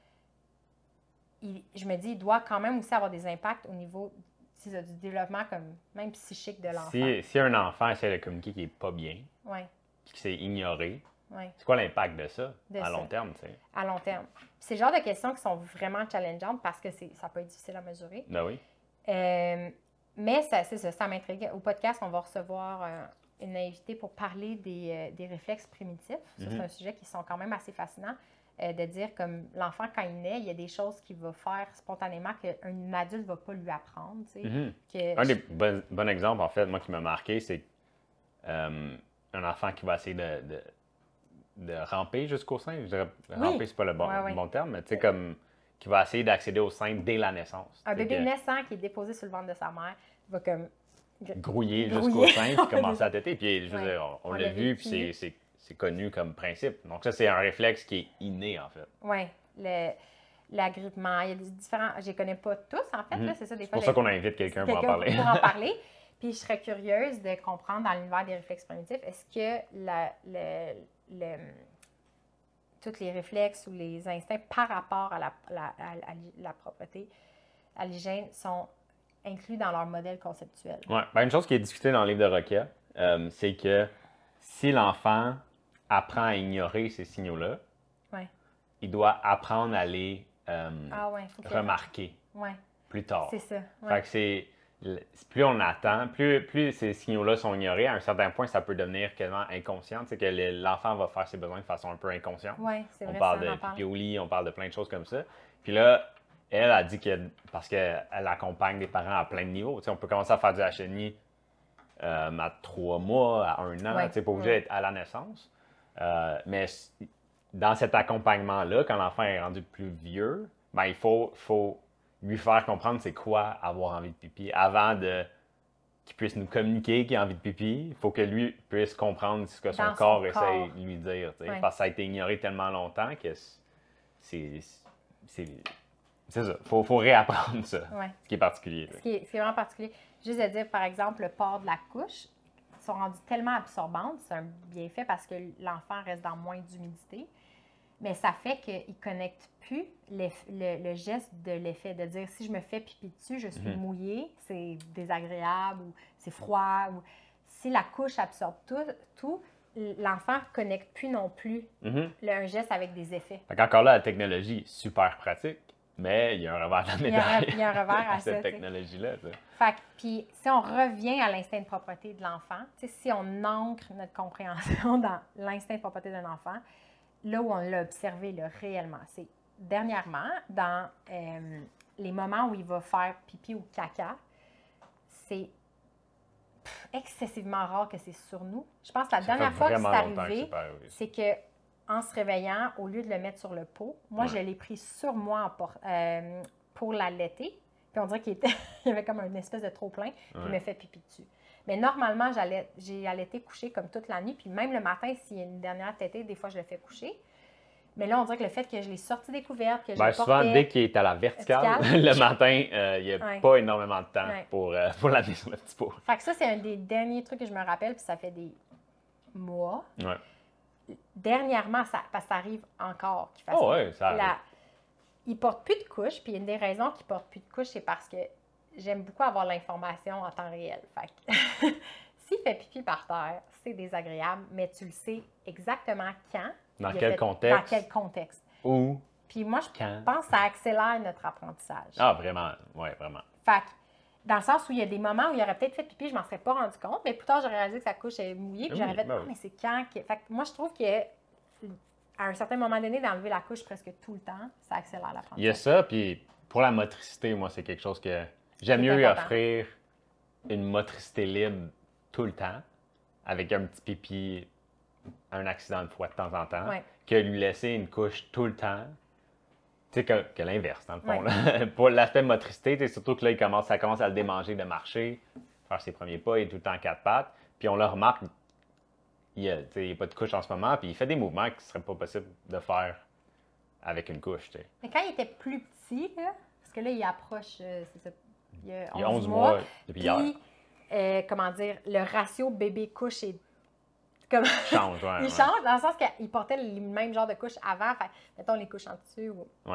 je me dis, il doit quand même aussi avoir des impacts au niveau du développement comme même psychique de l'enfant. Si un enfant essaie de communiquer qui n'est pas bien, puis qui s'est ignoré, c'est quoi l'impact de ça à long terme? T'sais? À long terme. C'est le genre de questions qui sont vraiment challengeantes parce que ça peut être difficile à mesurer. Ben oui. Mais ça m'intrigue. Au podcast, on va recevoir une invitée pour parler des réflexes primitifs. Ça, c'est un sujet qui sont quand même assez fascinants. De dire comme l'enfant, quand il naît, il y a des choses qu'il va faire spontanément qu'un adulte ne va pas lui apprendre. Un des bons exemples, en fait, moi, qui m'a marqué, c'est un enfant qui va essayer de ramper jusqu'au sein. Je dirais, ramper, c'est pas le bon terme, mais tu sais, comme qui va essayer d'accéder au sein dès la naissance. Un bébé naissant qui est déposé sur le ventre de sa mère va comme grouiller jusqu'au sein puis commencer à téter. Puis, je veux dire, on l'a vu, puis c'est connu comme principe. Donc, ça, c'est un réflexe qui est inné, en fait. Oui. L'agrippement, il y a des différents... Je les connais pas tous, en fait. Là, c'est ça, des fois, pour ça qu'on invite quelqu'un pour en parler. Pour en parler. Puis, je serais curieuse de comprendre dans l'univers des réflexes primitifs, est-ce que tous les réflexes ou les instincts par rapport à la propreté, à l'hygiène, sont inclus dans leur modèle conceptuel? Oui. Une chose qui est discutée dans le livre de Roquet, c'est que si l'enfant apprend à ignorer ces signaux-là, il doit apprendre à les remarquer plus tard. C'est ça. Fait que plus on attend, plus ces signaux-là sont ignorés, à un certain point, ça peut devenir quasiment inconscient. C'est que l'enfant va faire ses besoins de façon un peu inconsciente. Oui, c'est vrai. On parle de pipi au lit, on parle de plein de choses comme ça. Puis là, elle a dit que parce qu'elle accompagne des parents à plein de niveaux. On peut commencer à faire du HNI à 3 mois, à 1 an, pas obligé d'être à la naissance. Mais dans cet accompagnement-là, quand l'enfant est rendu plus vieux, il faut lui faire comprendre c'est quoi avoir envie de pipi avant qu'il puisse nous communiquer qu'il a envie de pipi. Il faut que lui puisse comprendre ce que son corps essaie de lui dire. Parce que ça a été ignoré tellement longtemps que c'est ça. Il faut réapprendre ça, ce qui est particulier. Ce qui est vraiment particulier. Juste de dire, par exemple, le port de la couche, sont rendues tellement absorbantes, c'est un bienfait parce que l'enfant reste dans moins d'humidité, mais ça fait qu'il ne connecte plus le geste de l'effet, de dire si je me fais pipi dessus, je suis mouillée, c'est désagréable ou c'est froid. Ou... Si la couche absorbe tout l'enfant ne connecte plus non plus un geste avec des effets. Encore là, la technologie est super pratique. Mais il y a un revers de la médaille. Il y a un revers à cette technologie-là. Puis, si on revient à l'instinct de propreté de l'enfant, si on ancre notre compréhension dans l'instinct de propreté d'un enfant, là où on l'a observé là, réellement, c'est dernièrement, dans les moments où il va faire pipi ou caca, c'est excessivement rare que c'est sur nous. Je pense que la dernière fois que c'est arrivé, c'est que en se réveillant, au lieu de le mettre sur le pot, moi, je l'ai pris sur moi pour l'allaiter. Puis on dirait qu'il y avait comme une espèce de trop-plein. Puis il me fait pipi dessus. Mais normalement, j'ai allaité coucher comme toute la nuit. Puis même le matin, s'il y a une dernière tétée, des fois, je le fais coucher. Mais là, on dirait que le fait que je l'ai sorti des couvertes, que je l'ai souvent, dès qu'il est à la verticale, le matin, il n'y a pas énormément de temps pour l'amener sur le petit pot. Fait que ça, c'est un des derniers trucs que je me rappelle. Puis ça fait des mois. Dernièrement, parce que ça arrive encore qu'il fasse ça arrive. Il ne porte plus de couche, puis une des raisons qu'il ne porte plus de couche, c'est parce que j'aime beaucoup avoir l'information en temps réel. Fait que s'il fait pipi par terre, c'est désagréable, mais tu le sais exactement quand. Dans quel contexte. Où. Puis moi, je pense que ça accélère notre apprentissage. Ah, vraiment. Oui, vraiment. Fait que dans le sens où il y a des moments où il aurait peut-être fait pipi, je m'en serais pas rendu compte, mais plus tard, j'aurais réalisé que sa couche est mouillée, puis j'aurais fait, mais c'est quand que... Fait que moi, je trouve que à un certain moment donné, d'enlever la couche presque tout le temps, ça accélère l'apprentissage. Il y a ça, puis pour la motricité, moi, c'est quelque chose que j'aime mieux offrir une motricité libre tout le temps, avec un petit pipi, un accident de foie de temps en temps, que lui laisser une couche tout le temps. Tu sais, que l'inverse, dans le fond. Là. Pour l'aspect motricité, c'est surtout que là, ça commence à le démanger de marcher, faire ses premiers pas, il est tout le temps en 4 pattes. Puis on le remarque, il n'y a pas de couche en ce moment, puis il fait des mouvements qui ne seraient pas possibles de faire avec une couche. T'sais. Mais quand il était plus petit, là, parce que là, il approche, c'est ça, il y a 11 mois depuis hier. Comment dire, le ratio bébé-couche est comme... change, il change dans le sens qu'il portait le même genre de couche avant. Fait, mettons les couches en dessus.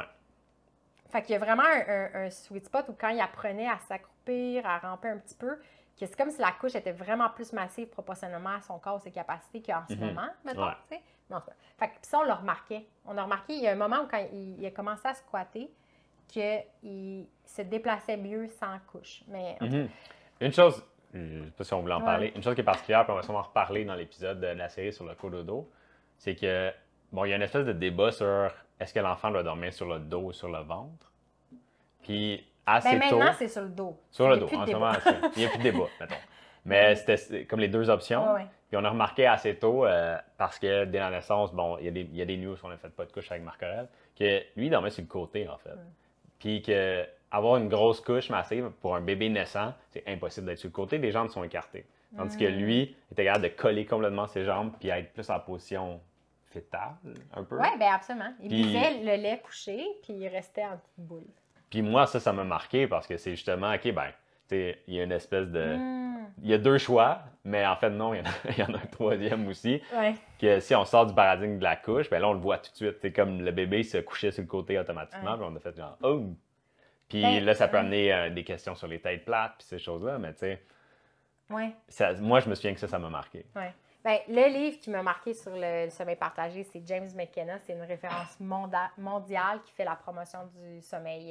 Fait qu'il y a vraiment un sweet spot où quand il apprenait à s'accroupir, à ramper un petit peu, que c'est comme si la couche était vraiment plus massive proportionnellement à son corps, ses capacités qu'en ce moment, mettons. Fait que ça, on le remarquait. On a remarqué, il y a un moment où quand il a commencé à squatter, qu'il se déplaçait mieux sans couche. Mais, Une chose... Je ne sais pas si on voulait en parler. Une chose qui est particulière, puis on va sûrement en reparler dans l'épisode de la série sur le cododo, c'est que, bon, il y a une espèce de débat sur est-ce que l'enfant doit dormir sur le dos ou sur le ventre. Puis, assez tôt... maintenant, c'est sur le dos. Sur le dos. En ce moment, il n'y a plus de débat, mettons. Mais c'était comme les deux options. Puis on a remarqué assez tôt, parce que dès la naissance, bon, il y a des news qu'on n'a fait pas de couche avec Marc Aurèle, que lui, il dormait sur le côté, en fait. Puis que avoir une grosse couche massive pour un bébé naissant, c'est impossible d'être sur le côté. Les jambes sont écartées. Tandis que lui, il était capable de coller complètement ses jambes puis être plus en position fétale, un peu. Oui, bien absolument. Il buvait le lait couché puis il restait en petite boule. Puis moi, ça m'a marqué parce que c'est justement, OK, ben, tu sais, il y a une espèce de... Il y a deux choix, mais en fait, non, il y en a un troisième aussi. Que si on sort du paradigme de la couche, ben là, on le voit tout de suite. C'est comme le bébé se couchait sur le côté automatiquement, puis on a fait genre, oh! Puis là, ça peut amener des questions sur les têtes plates, puis ces choses-là, mais tu sais, moi, je me souviens que ça m'a marqué. Bien, le livre qui m'a marqué sur le sommeil partagé, c'est James McKenna. C'est une référence mondiale qui fait la promotion du sommeil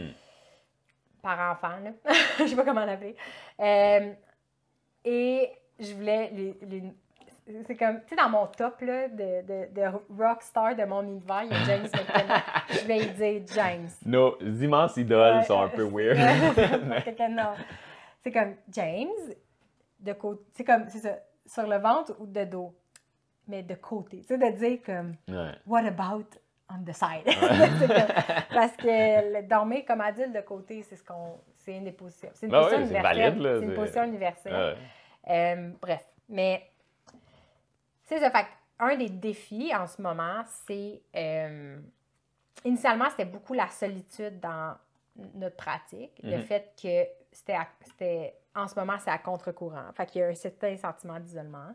par enfant. Je ne sais pas comment l'appeler. Et je voulais c'est comme, tu sais, dans mon top là, de rockstar de mon univers, il y a James McKenna. Je vais lui dire James. Nos immenses idoles sont un peu weird. Non. C'est comme James, de côté. C'est comme, c'est ça, sur le ventre ou de dos, mais de côté. Tu sais, de dire comme, what about on the side? Parce que dormir comme adulte de côté, c'est une des positions. C'est une position universelle. Valide, là, c'est une position universelle. Bref, mais c'est ça. Fait un des défis en ce moment, c'est initialement, c'était beaucoup la solitude dans notre pratique. Le fait que c'était en ce moment, c'est à contre-courant. Fait qu'il y a un certain sentiment d'isolement.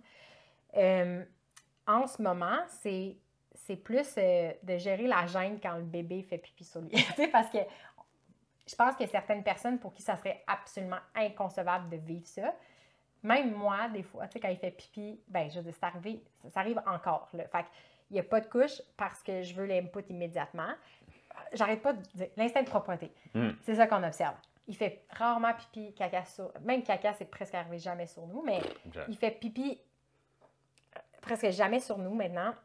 En ce moment, c'est plus de gérer la gêne quand le bébé fait pipi sur lui. Parce que je pense qu'il y a certaines personnes pour qui ça serait absolument inconcevable de vivre ça. Même moi, des fois, quand il fait pipi, ben je veux dire, ça arrive encore. Là. Fait qu'il n'y a pas de couche parce que je veux l'input immédiatement. J'arrête pas de dire l'instinct de propreté. C'est ça qu'on observe. Il fait rarement pipi, caca même caca, c'est presque arrivé jamais sur nous, mais il fait pipi presque jamais sur nous maintenant.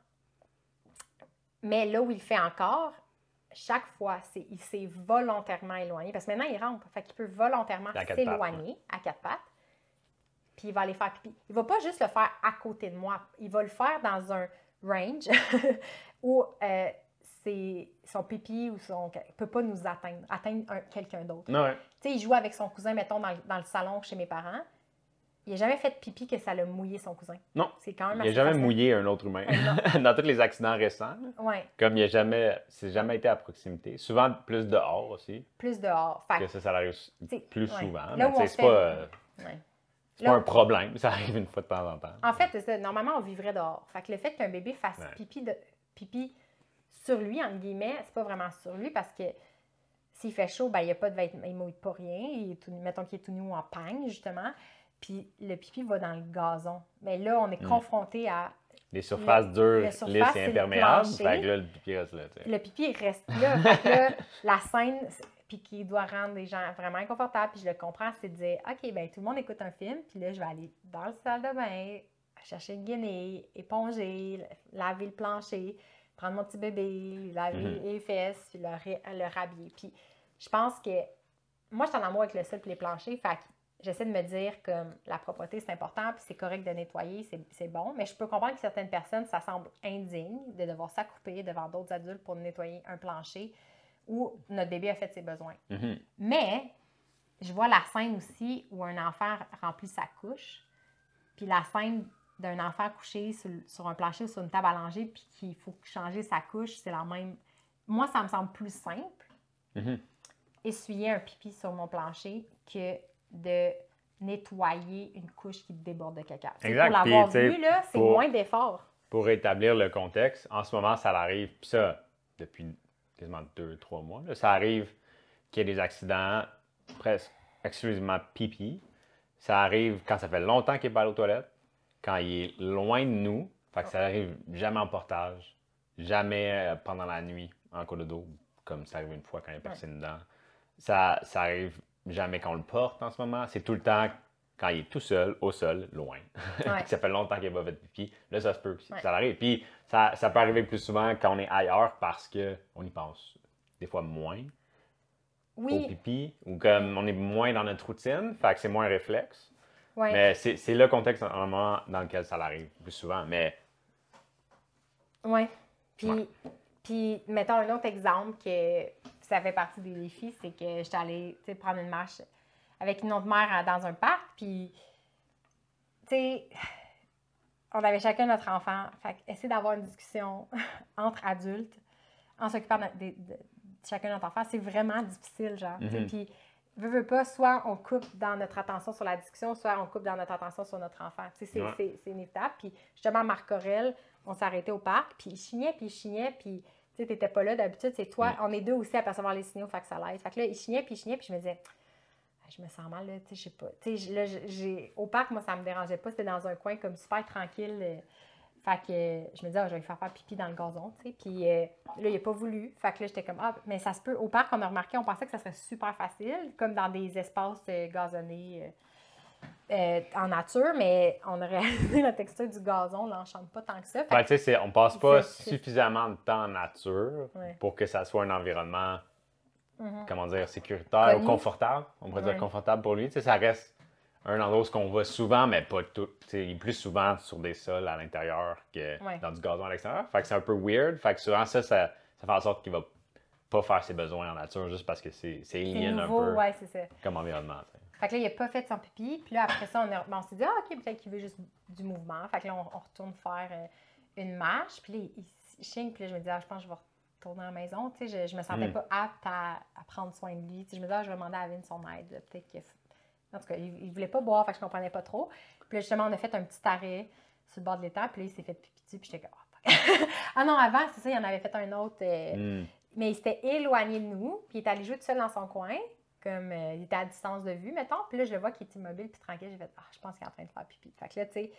Mais là où il fait encore, chaque fois, il s'est volontairement éloigné. Parce que maintenant, il rampe. Fait qu'il peut volontairement s'éloigner à quatre pattes. Puis il va aller faire pipi. Il ne va pas juste le faire à côté de moi. Il va le faire dans un range où son pipi ou ne peut pas nous atteindre quelqu'un d'autre. Tu sais, il joue avec son cousin, mettons, dans le salon chez mes parents. Il n'a jamais fait de pipi que ça l'a mouillé son cousin. Non. C'est quand même il n'a jamais mouillé un autre humain. Dans tous les accidents récents. Comme il c'est jamais été à proximité. Souvent plus dehors aussi. Plus dehors. Fait que ça arrive plus souvent. Là mais c'est pas un problème. Ça arrive une fois de temps en temps. En fait, normalement, on vivrait dehors. Fait que le fait qu'un bébé fasse pipi sur lui, entre guillemets, c'est pas vraiment sur lui parce que s'il fait chaud, ben, il n'y a pas de vêtements, il ne mouille pas rien. Mettons qu'il est tout nu en pagne, justement. Puis le pipi va dans le gazon. Mais là, on est confronté à... Les surfaces dures, lisses et imperméables. Fait que là, le pipi reste là. Le pipi reste là. Fait que là, la scène puis qui doit rendre les gens vraiment inconfortables, puis je le comprends, c'est de dire, OK, ben tout le monde écoute un film, puis là, je vais aller dans la salle de bain, chercher le guinée, éponger, laver le plancher, prendre mon petit bébé, laver les fesses, puis le rhabiller. Puis je pense que moi, je suis en amour avec le sol et les planchers, fait que j'essaie de me dire que la propreté, c'est important, puis c'est correct de nettoyer, c'est bon, mais je peux comprendre que certaines personnes, ça semble indigne de devoir s'accrouper devant d'autres adultes pour nettoyer un plancher où notre bébé a fait ses besoins. Mais je vois la scène aussi où un enfant remplit sa couche, puis la scène d'un enfant couché sur un plancher ou sur une table à langer, puis qu'il faut changer sa couche, c'est la même. Moi, ça me semble plus simple, essuyer un pipi sur mon plancher, que de nettoyer une couche qui déborde de caca. Exact. Pour l'avoir vu, là, c'est moins d'effort. Pour rétablir le contexte, en ce moment, ça arrive, puis ça, depuis quasiment 2-3 mois, là, ça arrive qu'il y ait des accidents presque exclusivement pipi. Ça arrive quand ça fait longtemps qu'il n'est pas allé aux toilettes, quand il est loin de nous, fait que ça arrive jamais en portage, jamais pendant la nuit en cours d'eau, comme ça arrive une fois quand il y a personne dedans. Ça arrive jamais quand on le porte en ce moment. C'est tout le temps quand il est tout seul, au sol, loin. Ça fait longtemps qu'il n'a pas fait pipi. Là, ça se peut. Ça arrive. Puis ça peut arriver plus souvent quand on est ailleurs parce qu'on y pense des fois moins au pipi ou comme on est moins dans notre routine, fait que c'est moins réflexe. Mais c'est le contexte en moment dans lequel ça arrive plus souvent. Mais. Puis, mettons un autre exemple que ça fait partie des défis, c'est que j'étais allée prendre une marche avec une autre mère dans un parc, puis, tu sais, on avait chacun notre enfant. Fait essayer d'avoir une discussion entre adultes en s'occupant de chacun notre enfant, c'est vraiment difficile, genre. Puis, veux pas, soit on coupe dans notre attention sur la discussion, soit on coupe dans notre attention sur notre enfant. C'est inévitable. Puis, justement, Marc Aurèle, on s'est arrêté au parc, puis il chignait, puis tu sais, t'étais pas là. D'habitude, c'est toi. On est deux aussi à percevoir les signaux, fait que ça l'aide. Fait que là, il chignait, puis je me disais, je me sens mal, là, tu sais, je sais pas. Tu sais, là, au parc, moi, ça me dérangeait pas. C'était dans un coin comme super tranquille. Fait que je me disais, je vais lui faire pipi dans le gazon, tu sais. Puis là, il n'a pas voulu. Fait que là, j'étais comme, mais ça se peut. Au parc, on a remarqué, on pensait que ça serait super facile, comme dans des espaces gazonnés en nature, mais on a réalisé la texture du gazon, on l'enchante pas tant que ça. Tu sais, on passe pas suffisamment de temps en nature pour que ça soit un environnement, comment dire, sécuritaire ou confortable. On pourrait dire confortable pour lui. Tu sais, ça reste un endroit où on va souvent, mais pas tout. Il est plus souvent sur des sols à l'intérieur que dans du gazon à l'extérieur. Fait que c'est un peu weird. Fait que souvent, ça fait en sorte qu'il va pas faire ses besoins en nature juste parce que c'est alien un peu comme environnement. T'sais. Fait que là, il n'a pas fait son pipi. Puis là, après ça, on s'est dit, OK, peut-être qu'il veut juste du mouvement. Fait que là, on retourne faire une marche. Puis là, il chigne. Puis là, je me dis, je pense que je vais retourner à la maison. Tu sais, je me sentais pas apte à prendre soin de lui. Tu sais, je me disais, je vais demander à Vin son aide. Peut-être que... En tout cas, il voulait pas boire, fait que je comprenais pas trop. Puis là, justement, on a fait un petit arrêt sur le bord de l'étang. Puis là, il s'est fait pipi dessus. Puis j'étais comme, ah non, avant, c'est ça, il en avait fait un autre. Mais il s'était éloigné de nous. Puis il est allé jouer tout seul dans son coin. Comme il était à distance de vue, mettons. Puis là, je le vois qu'il est immobile puis tranquille. J'ai fait, je pense qu'il est en train de faire pipi. Fait que là, tu sais...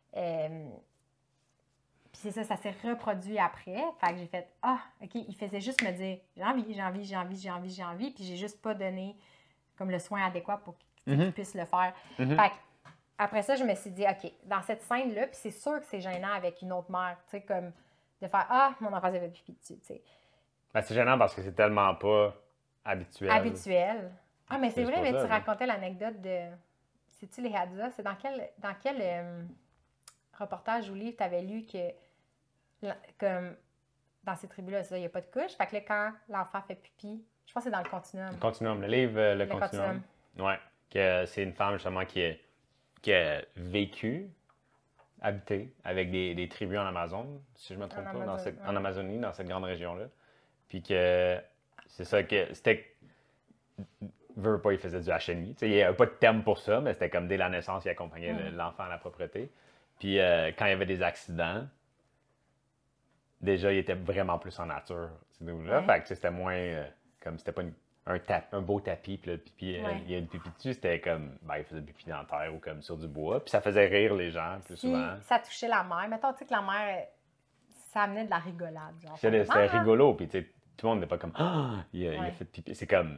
Puis c'est ça s'est reproduit après. Fait que j'ai fait, OK, il faisait juste me dire, j'ai envie. Puis j'ai juste pas donné comme le soin adéquat pour qu'il puisse le faire. Fait que, après ça, je me suis dit, OK, dans cette scène-là, puis c'est sûr que c'est gênant avec une autre mère, tu sais, comme de faire, mon enfant s'est fait pipi dessus, tu sais. Ben, c'est gênant parce que c'est tellement pas habituel. Mais c'est vrai, mais tu racontais l'anecdote de... C'est-tu les Hadza? C'est dans quel reportage ou livre tu avais lu que, comme, dans ces tribus-là, il n'y a pas de couche. Fait que là, quand l'enfant fait pipi, je pense que c'est dans le Continuum. Le Continuum, le livre Le Continuum. Ouais, que c'est une femme, justement, qui a vécu, habité avec des tribus en Amazon, si je ne me trompe pas, en Amazonie, dans cette grande région-là. Puis que c'est ça que c'était... Veut pas, il faisait du HMI. Il n'y avait pas de terme pour ça, mais c'était comme dès la naissance, il accompagnait l'enfant à la propreté. Puis quand il y avait des accidents, déjà, il était vraiment plus en nature, ces là. Fait que c'était moins... comme c'était pas un beau tapis, puis le pipi, il y a une pipi dessus, c'était comme... il faisait du pipi dans la terre ou comme sur du bois. Puis ça faisait rire les gens plus souvent. Ça touchait la mère. Mettons, tu sais que la mère, ça amenait de la rigolade. Genre, c'était rigolo, puis tu sais, tout le monde n'était pas comme il a fait pipi. C'est comme...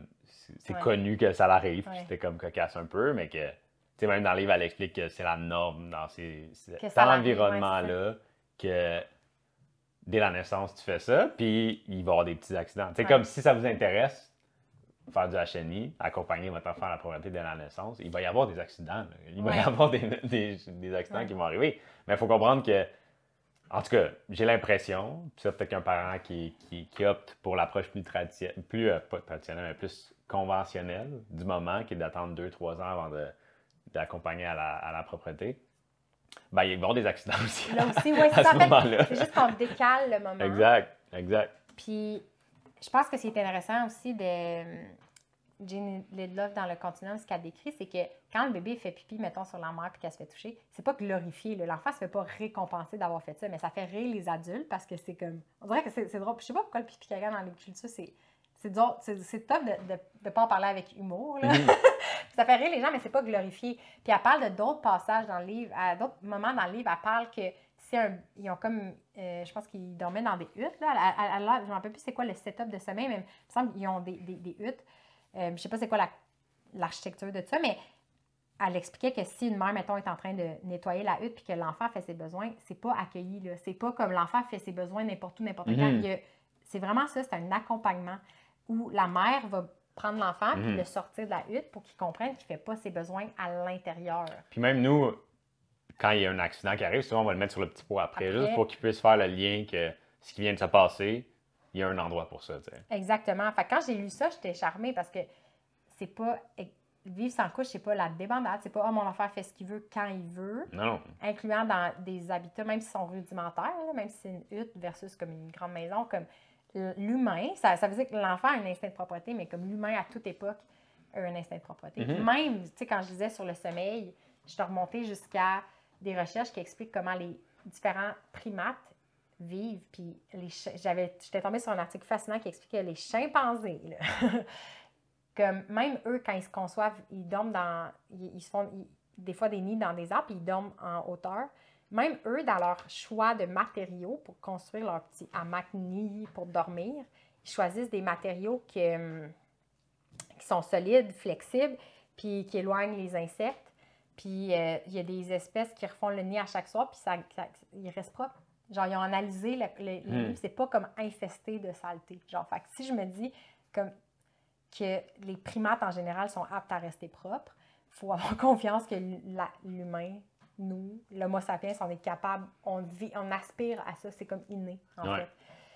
c'est connu que ça l'arrive, puis Ouais. c'était comme cocasse un peu, mais que, tu sais, même dans le livre, elle explique que c'est la norme dans Que ça dans l'arrive, l'environnement-là, que dès la naissance, tu fais ça, puis il va y avoir des petits accidents. C'est Ouais. comme si ça vous intéresse, faire du HNI, accompagner votre enfant à la pauvreté dès la naissance, il va y avoir des accidents. Là. Il va y avoir des accidents qui vont arriver. Mais il faut comprendre que, en tout cas, j'ai l'impression, puis ça peut-être qu'un parent qui opte pour l'approche plus traditionnelle, pas traditionnelle, mais plus conventionnelle du moment, qui est d'attendre 2-3 ans avant d'accompagner à la propreté, ben, il va y avoir des accidents aussi. Là aussi, oui, à c'est ce en fait, moment-là. c'est juste qu'on décale le moment. Exact. Puis, je pense que c'est intéressant aussi de Jane Lidlove dans le Continuum, ce qu'elle décrit, c'est que quand le bébé fait pipi, mettons, sur la mère puis qu'elle se fait toucher, c'est pas glorifié. Là. L'enfant se fait pas récompenser d'avoir fait ça, mais ça fait rire les adultes parce que c'est comme. On dirait que c'est drôle. Je sais pas pourquoi le pipi caca dans les cultures, c'est tough de pas en parler avec humour. Là. Ça fait rire les gens, mais c'est pas glorifié. Puis elle parle de d'autres passages dans le livre, à d'autres moments dans le livre, elle parle que ils ont comme, je pense qu'ils dormaient dans des huttes. Là. Je ne me rappelle plus c'est quoi le setup de sommeil, mais il me semble qu'ils ont des huttes. Je ne sais pas c'est quoi l'architecture de ça, mais elle expliquait que si une mère, mettons, est en train de nettoyer la hutte puis que l'enfant fait ses besoins, c'est pas accueilli. Là. C'est pas comme l'enfant fait ses besoins n'importe où, n'importe quand. C'est vraiment ça, c'est un accompagnement où la mère va prendre l'enfant puis le sortir de la hutte pour qu'il comprenne qu'il ne fait pas ses besoins à l'intérieur. Puis même nous, quand il y a un accident qui arrive, souvent on va le mettre sur le petit pot après. Juste pour qu'il puisse faire le lien que ce qui vient de se passer, il y a un endroit pour ça. T'sais. Exactement. Fait que quand j'ai lu ça, j'étais charmée parce que c'est pas. Vivre sans couche, c'est pas la débandade. C'est pas mon enfant fait ce qu'il veut quand il veut. Non. Incluant dans des habitats, même s'ils sont rudimentaires, là, même si c'est une hutte versus comme une grande maison, comme l'humain, ça veut dire que l'enfant a un instinct de propreté, mais comme l'humain à toute époque a un instinct de propreté. Même, tu sais, quand je disais sur le sommeil, je suis remontée jusqu'à des recherches qui expliquent comment les différents primates vivent. Puis j'étais tombée sur un article fascinant qui expliquait les chimpanzés. Là. Comme même eux, quand ils se conçoivent, ils dorment ils se font des fois des nids dans des arbres, puis ils dorment en hauteur. Même eux, dans leur choix de matériaux pour construire leur petit hamac nid pour dormir, ils choisissent des matériaux qui sont solides, flexibles, puis qui éloignent les insectes. Puis il y a des espèces qui refont le nid à chaque soir, puis ils restent propres. Genre, ils ont analysé les nids, c'est pas comme infesté de saleté. Genre, fait que si je me dis comme que les primates en général sont aptes à rester propres, il faut avoir confiance que l'humain, nous, l'homo sapiens, on est capable, on aspire à ça, c'est comme inné, en fait.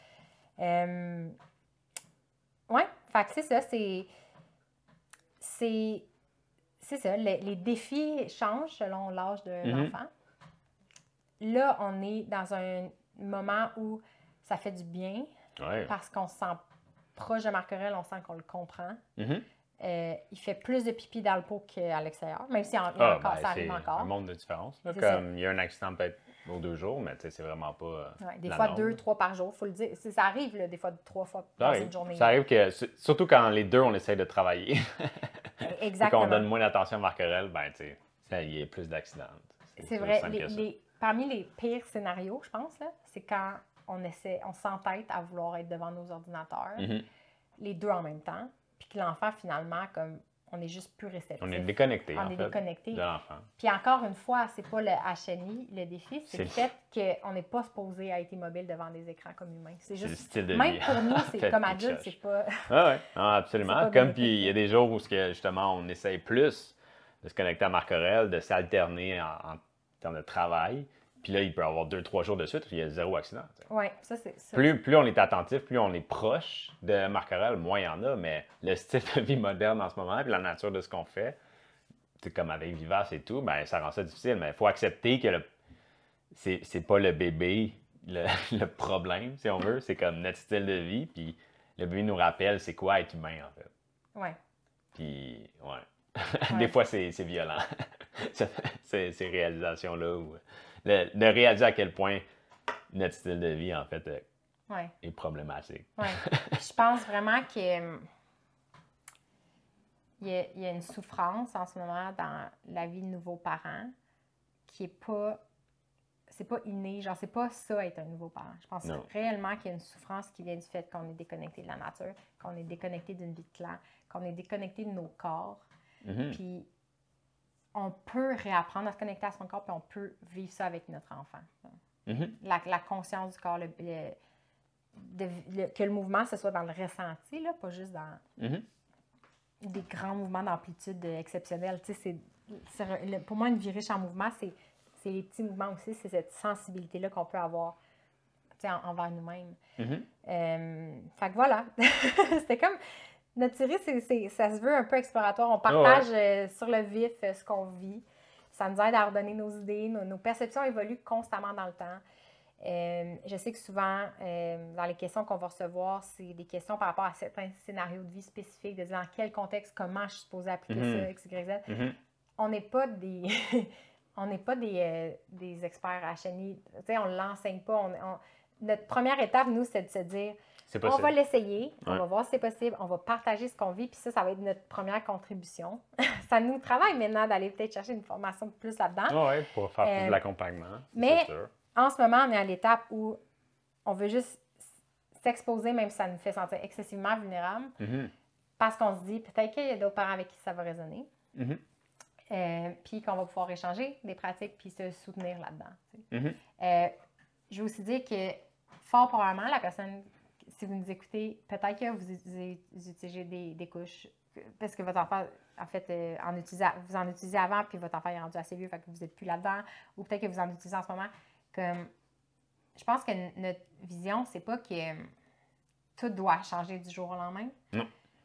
Ouais, fait que c'est ça, c'est ça, les défis changent selon l'âge de l'enfant. Là, on est dans un moment où ça fait du bien parce qu'on se sent proche de Marc-Aurèle, on sent qu'on le comprend. Il fait plus de pipi dans le pot qu'à l'extérieur, même si ça arrive encore. C'est un monde de différence. Là, comme il y a un accident peut-être aux 2 jours, mais c'est vraiment pas. Des fois, 2, 3 par jour, il faut le dire. Ça arrive, là, des fois, 3 fois dans une journée. Ça arrive que, surtout quand les deux, on essaie de travailler. Exactement. Et qu'on donne moins d'attention à Marc-Aurèle, ben, tu sais, il y a plus d'accidents. C'est vrai. Parmi les pires scénarios, je pense, là, c'est quand on s'entête à vouloir être devant nos ordinateurs, les deux en même temps, puis que l'enfant, finalement, comme on est juste plus réceptif. On est déconnecté, déconnecté de l'enfant. Puis encore une fois, c'est pas le HNI, le défi, c'est le fait qu'on n'est pas supposé être immobile devant des écrans comme humains. C'est juste, le style de même vie. pour nous, c'est comme adultes, c'est pas... Oui, absolument. Comme puis il y a des jours où justement on essaye plus de se connecter à Marc-Aurèle, de s'alterner en termes de travail. Puis là, il peut y avoir 2-3 jours de suite, il y a 0 accident. Oui, ça c'est ça. Plus on est attentif, plus on est proche de Marc-Aurèle, moins il y en a, mais le style de vie moderne en ce moment, puis la nature de ce qu'on fait, comme avec Vivace et tout, ben ça rend ça difficile. Mais il faut accepter que c'est pas le bébé le problème, si on veut. C'est comme notre style de vie, puis le bébé nous rappelle c'est quoi être humain, en fait. Oui. Puis, des fois, c'est violent, ces réalisations-là. De réaliser à quel point notre style de vie, en fait, est problématique. Oui. Je pense vraiment qu'il y a une souffrance en ce moment dans la vie de nouveaux parents qui n'est pas c'est pas inné, genre c'est pas ça être un nouveau parent. Je pense réellement qu'il y a une souffrance qui vient du fait qu'on est déconnecté de la nature, qu'on est déconnecté d'une vie de clan, qu'on est déconnecté de nos corps. Puis on peut réapprendre à se connecter à son corps, puis on peut vivre ça avec notre enfant. La conscience du corps, que le mouvement, ce soit dans le ressenti, là, pas juste dans des grands mouvements d'amplitude exceptionnelle. Tu sais, pour moi, une vie riche en mouvement, c'est les petits mouvements aussi, c'est cette sensibilité-là qu'on peut avoir, tu sais, envers nous-mêmes. Fait que voilà, c'était comme... Notre série, ça se veut un peu exploratoire. On partage sur le vif ce qu'on vit. Ça nous aide à redonner nos idées. Nos perceptions évoluent constamment dans le temps. Je sais que souvent, dans les questions qu'on va recevoir, c'est des questions par rapport à certains scénarios de vie spécifiques, de dire dans quel contexte, comment je suis supposée appliquer ça, X, Y, Z. On n'est pas des... on n'est pas des experts à chenille. Tu sais, on ne l'enseigne pas. Notre première étape, nous, c'est de se dire... On va l'essayer, on va voir si c'est possible, on va partager ce qu'on vit, puis ça va être notre première contribution. Ça nous travaille maintenant d'aller peut-être chercher une formation de plus là-dedans. Oui, pour faire plus de l'accompagnement. Mais en ce moment, on est à l'étape où on veut juste s'exposer, même si ça nous fait sentir excessivement vulnérables, parce qu'on se dit peut-être qu'il y a d'autres parents avec qui ça va résonner, puis qu'on va pouvoir échanger des pratiques, puis se soutenir là-dedans. Je veux aussi dire que fort probablement, la personne... Si vous nous écoutez, peut-être que vous utilisez des couches parce que votre enfant, en fait, vous en utilisez avant, puis votre enfant est rendu assez vieux, fait que vous n'êtes plus là-dedans. Ou peut-être que vous en utilisez en ce moment. Je pense que notre vision, c'est pas que tout doit changer du jour au lendemain. Non.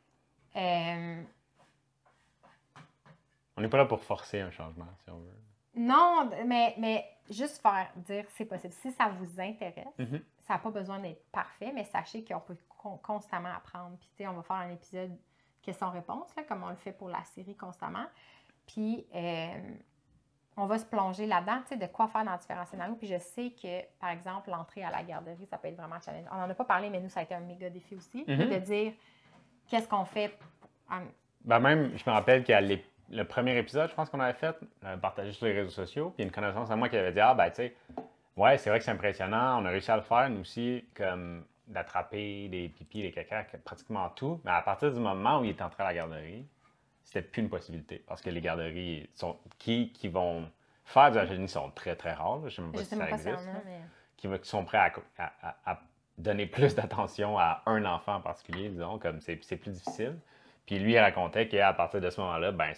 On n'est pas là pour forcer un changement, si on veut. Non, mais juste faire dire c'est possible. Si ça vous intéresse, ça n'a pas besoin d'être parfait, mais sachez qu'on peut constamment apprendre. Puis, tu sais, on va faire un épisode questions-réponses, là, comme on le fait pour la série constamment. Puis, on va se plonger là-dedans, tu sais, de quoi faire dans différents scénarios. Puis, je sais que, par exemple, l'entrée à la garderie, ça peut être vraiment challenge. On n'en a pas parlé, mais nous, ça a été un méga défi aussi, de dire qu'est-ce qu'on fait. Même, je me rappelle qu'il y a le premier épisode, je pense qu'on avait fait, partagé sur les réseaux sociaux, puis une connaissance à moi qui avait dit tu sais, ouais, c'est vrai que c'est impressionnant, on a réussi à le faire, nous aussi, comme d'attraper des pipis, des caca, pratiquement tout, mais à partir du moment où il est entré à la garderie, c'était plus une possibilité, parce que les garderies qui vont faire du hygiénisme sont très, très rares, je ne sais même pas si ça existe, qui sont prêts à donner plus d'attention à un enfant en particulier, disons, comme c'est plus difficile. Puis lui, il racontait qu'à partir de ce moment-là, ben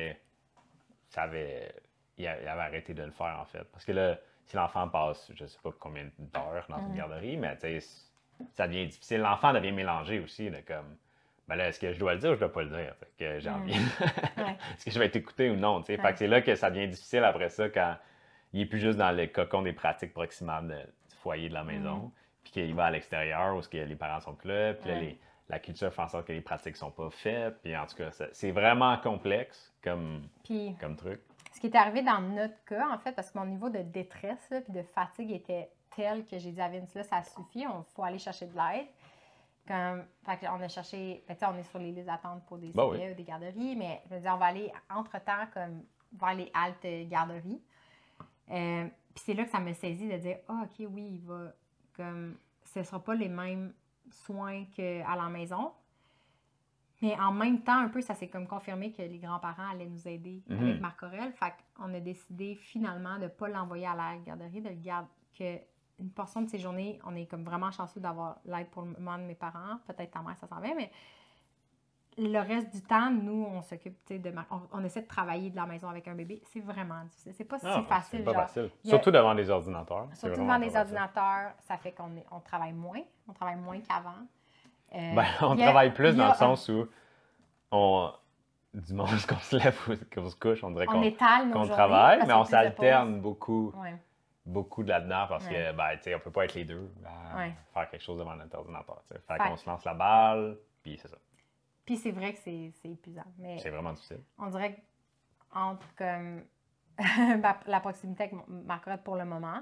il avait arrêté de le faire, en fait. Parce que là, si l'enfant passe, je ne sais pas combien d'heures dans une garderie, mais tu sais, ça devient difficile. L'enfant devient mélangé aussi, de comme, ben là, est-ce que je dois le dire ou je ne dois pas le dire? Fait que j'ai envie. Est-ce que je vais être écouté ou non? Fait que c'est là que ça devient difficile après ça, quand il n'est plus juste dans le cocon des pratiques proximales du foyer de la maison, puis qu'il va à l'extérieur où les parents sont plus là, puis là, la culture fait en sorte que les pratiques sont pas faites. Puis en tout cas, c'est vraiment complexe comme truc. Ce qui est arrivé dans notre cas, en fait, parce que mon niveau de détresse et de fatigue était tel que j'ai dit à Vince, là, ça suffit, il faut aller chercher de l'aide. Fait qu'on a cherché, on est sur les listes d'attente pour des CPE ou des garderies, mais je veux dire, on va aller entre-temps comme vers les haltes garderies. Puis c'est là que ça me saisit de dire, OK, oui, il va, comme, ce ne sera pas les mêmes soins qu'à la maison. Mais en même temps, un peu, ça s'est comme confirmé que les grands-parents allaient nous aider avec Marc Aurèle. Fait qu'on a décidé finalement de ne pas l'envoyer à la garderie, de le garder, qu'une portion de ses journées, on est comme vraiment chanceux d'avoir l'aide pour le moment de mes parents. Peut-être ta mère, ça s'en va, mais le reste du temps, nous, on s'occupe, tu sais, on essaie de travailler de la maison avec un bébé. C'est vraiment difficile. C'est pas si facile. C'est pas facile. Surtout devant des ordinateurs. Surtout devant des ordinateurs, ça fait qu'on travaille moins. On travaille moins qu'avant. On travaille plus dans le sens où du moment qu'on se lève ou qu'on se couche, on dirait qu'on travaille, mais on s'alterne beaucoup là-dedans parce que, tu sais, on peut pas être les deux à faire quelque chose devant notre ordinateur. Fait qu'on se lance la balle, puis c'est ça. Puis c'est vrai que c'est épuisant. Mais c'est vraiment difficile. On dirait qu'entre comme la proximité avec Marc-Aurèle pour le moment,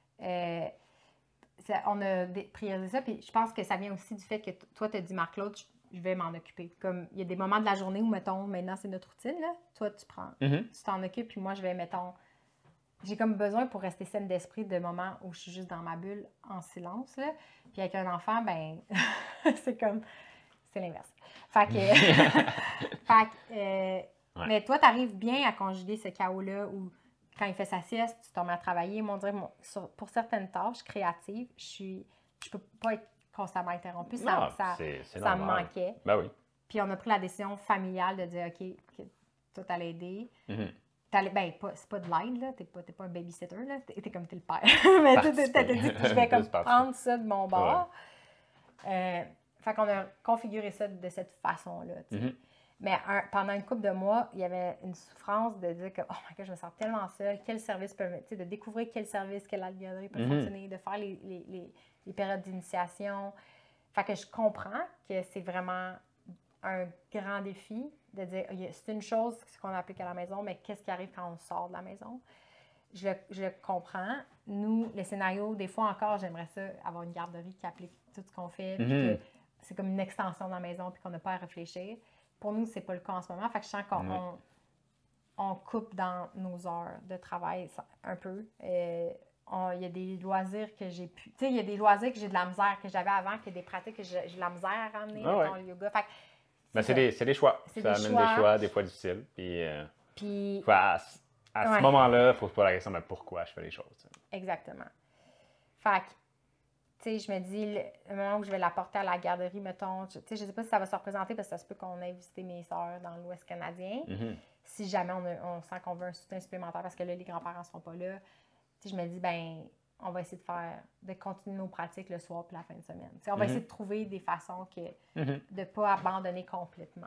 on a priorisé ça. Puis je pense que ça vient aussi du fait que toi, tu as dit, Marc-Claude, je vais m'en occuper. Comme il y a des moments de la journée où, mettons, maintenant c'est notre routine, là. Toi, tu t'en occupes, puis moi, je vais, mettons, j'ai comme besoin pour rester saine d'esprit de moments où je suis juste dans ma bulle en silence. Là. Puis avec un enfant, ben c'est l'inverse. Fait que, mais toi, tu arrives bien à conjuguer ce chaos-là où quand il fait sa sieste, tu t'en mets à travailler. Moi, on dirait, pour certaines tâches créatives, je peux pas être constamment interrompue. Ça me manquait. Ben oui. Puis on a pris la décision familiale de dire, OK, que toi, t'allais aider. Ben, c'est pas de l'aide, là. T'es pas un babysitter, là. T'es comme t'es le père. Mais t'as dit que je vais comme prendre ça de mon bord. Fait qu'on a configuré ça de cette façon-là, tu sais. Mais pendant une couple de mois, il y avait une souffrance de dire que, oh my God, je me sens tellement seule, quel service peut me... Tu sais, de découvrir quel service, quelle garderie peut fonctionner, de faire les périodes d'initiation. Fait que je comprends que c'est vraiment un grand défi de dire, c'est une chose ce qu'on applique à la maison, mais qu'est-ce qui arrive quand on sort de la maison? Je comprends. Nous, les scénarios, des fois encore, j'aimerais ça avoir une garderie qui applique tout ce qu'on fait, puis que c'est comme une extension de la maison, puis qu'on n'a pas à réfléchir. Pour nous, c'est pas le cas en ce moment. Fait que je sens qu'on coupe dans nos heures de travail un peu. Il y a des loisirs que j'ai pu... Tu sais, il y a des loisirs que j'ai de la misère, que j'avais avant, qu'il y a des pratiques que j'ai de la misère à ramener dans le yoga. Fait que c'est des choix. Ça amène des choix, des fois difficiles. Puis à ce moment-là, il faut se poser la question, mais pourquoi je fais les choses? Exactement. Fait que, tu sais, je me dis, le moment où je vais la porter à la garderie, mettons, tu sais, je sais pas si ça va se représenter parce que ça se peut qu'on aille visiter mes sœurs dans l'Ouest canadien. Si jamais on sent qu'on veut un soutien supplémentaire parce que là, les grands-parents ne seront pas là, tu sais, je me dis, ben on va essayer de continuer nos pratiques le soir puis la fin de semaine. Tu sais, on va essayer de trouver des façons de ne pas abandonner complètement.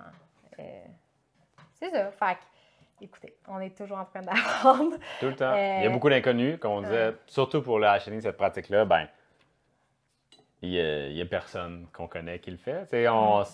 C'est ça. Fait que, écoutez, on est toujours en train d'apprendre. Tout le temps. Il y a beaucoup d'inconnus, comme on disait, surtout pour le HNI, cette pratique-là, ben il y a personne qu'on connaît qui le fait. Tu sais,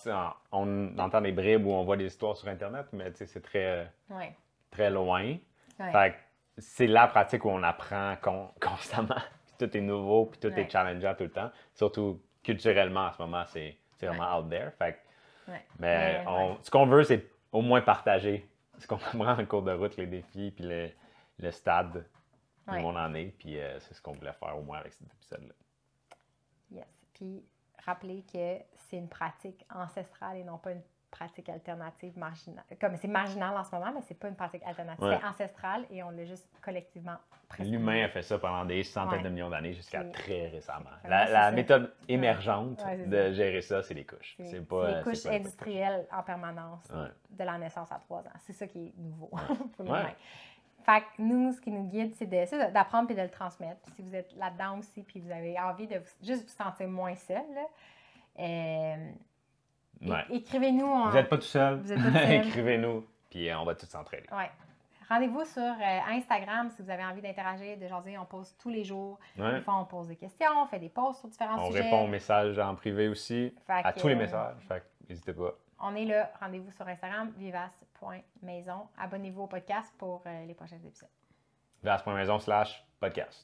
on entend des bribes ou on voit des histoires sur Internet, mais tu sais, c'est très loin. Fait que c'est la pratique où on apprend constamment. Puis tout est nouveau, puis tout est challengeant tout le temps. Surtout culturellement, en ce moment, c'est vraiment out there. Fait que, mais ce qu'on veut, c'est au moins partager ce qu'on apprend en cours de route, les défis, puis le stade où on en est. Puis c'est ce qu'on voulait faire au moins avec cet épisode-là. Yes. Puis rappeler que c'est une pratique ancestrale et non pas une pratique alternative marginale. Comme c'est marginal en ce moment, mais c'est pas une pratique alternative. C'est ancestral et on l'a juste collectivement presque. L'humain a fait ça pendant des centaines de millions d'années jusqu'à très récemment. La méthode émergente de gérer ça, c'est les couches. C'est les couches industrielles en permanence de la naissance à 3 ans. C'est ça qui est nouveau pour l'humain. Fait que nous, ce qui nous guide, c'est d'apprendre et de le transmettre. Puis si vous êtes là-dedans aussi, puis vous avez envie de juste vous sentir moins seul, écrivez-nous. Vous n'êtes pas tout seul. Écrivez-nous, puis on va tous s'entraider. Ouais. Rendez-vous sur Instagram si vous avez envie d'interagir, de jaser. On pose tous les jours. Des fois, on pose des questions, on fait des posts sur différents sujets. On répond aux messages en privé aussi, à tous les messages. Fait que n'hésitez pas. On est là. Rendez-vous sur Instagram, vivace.maison. Abonnez-vous au podcast pour les prochains épisodes. vivace.maison/podcast.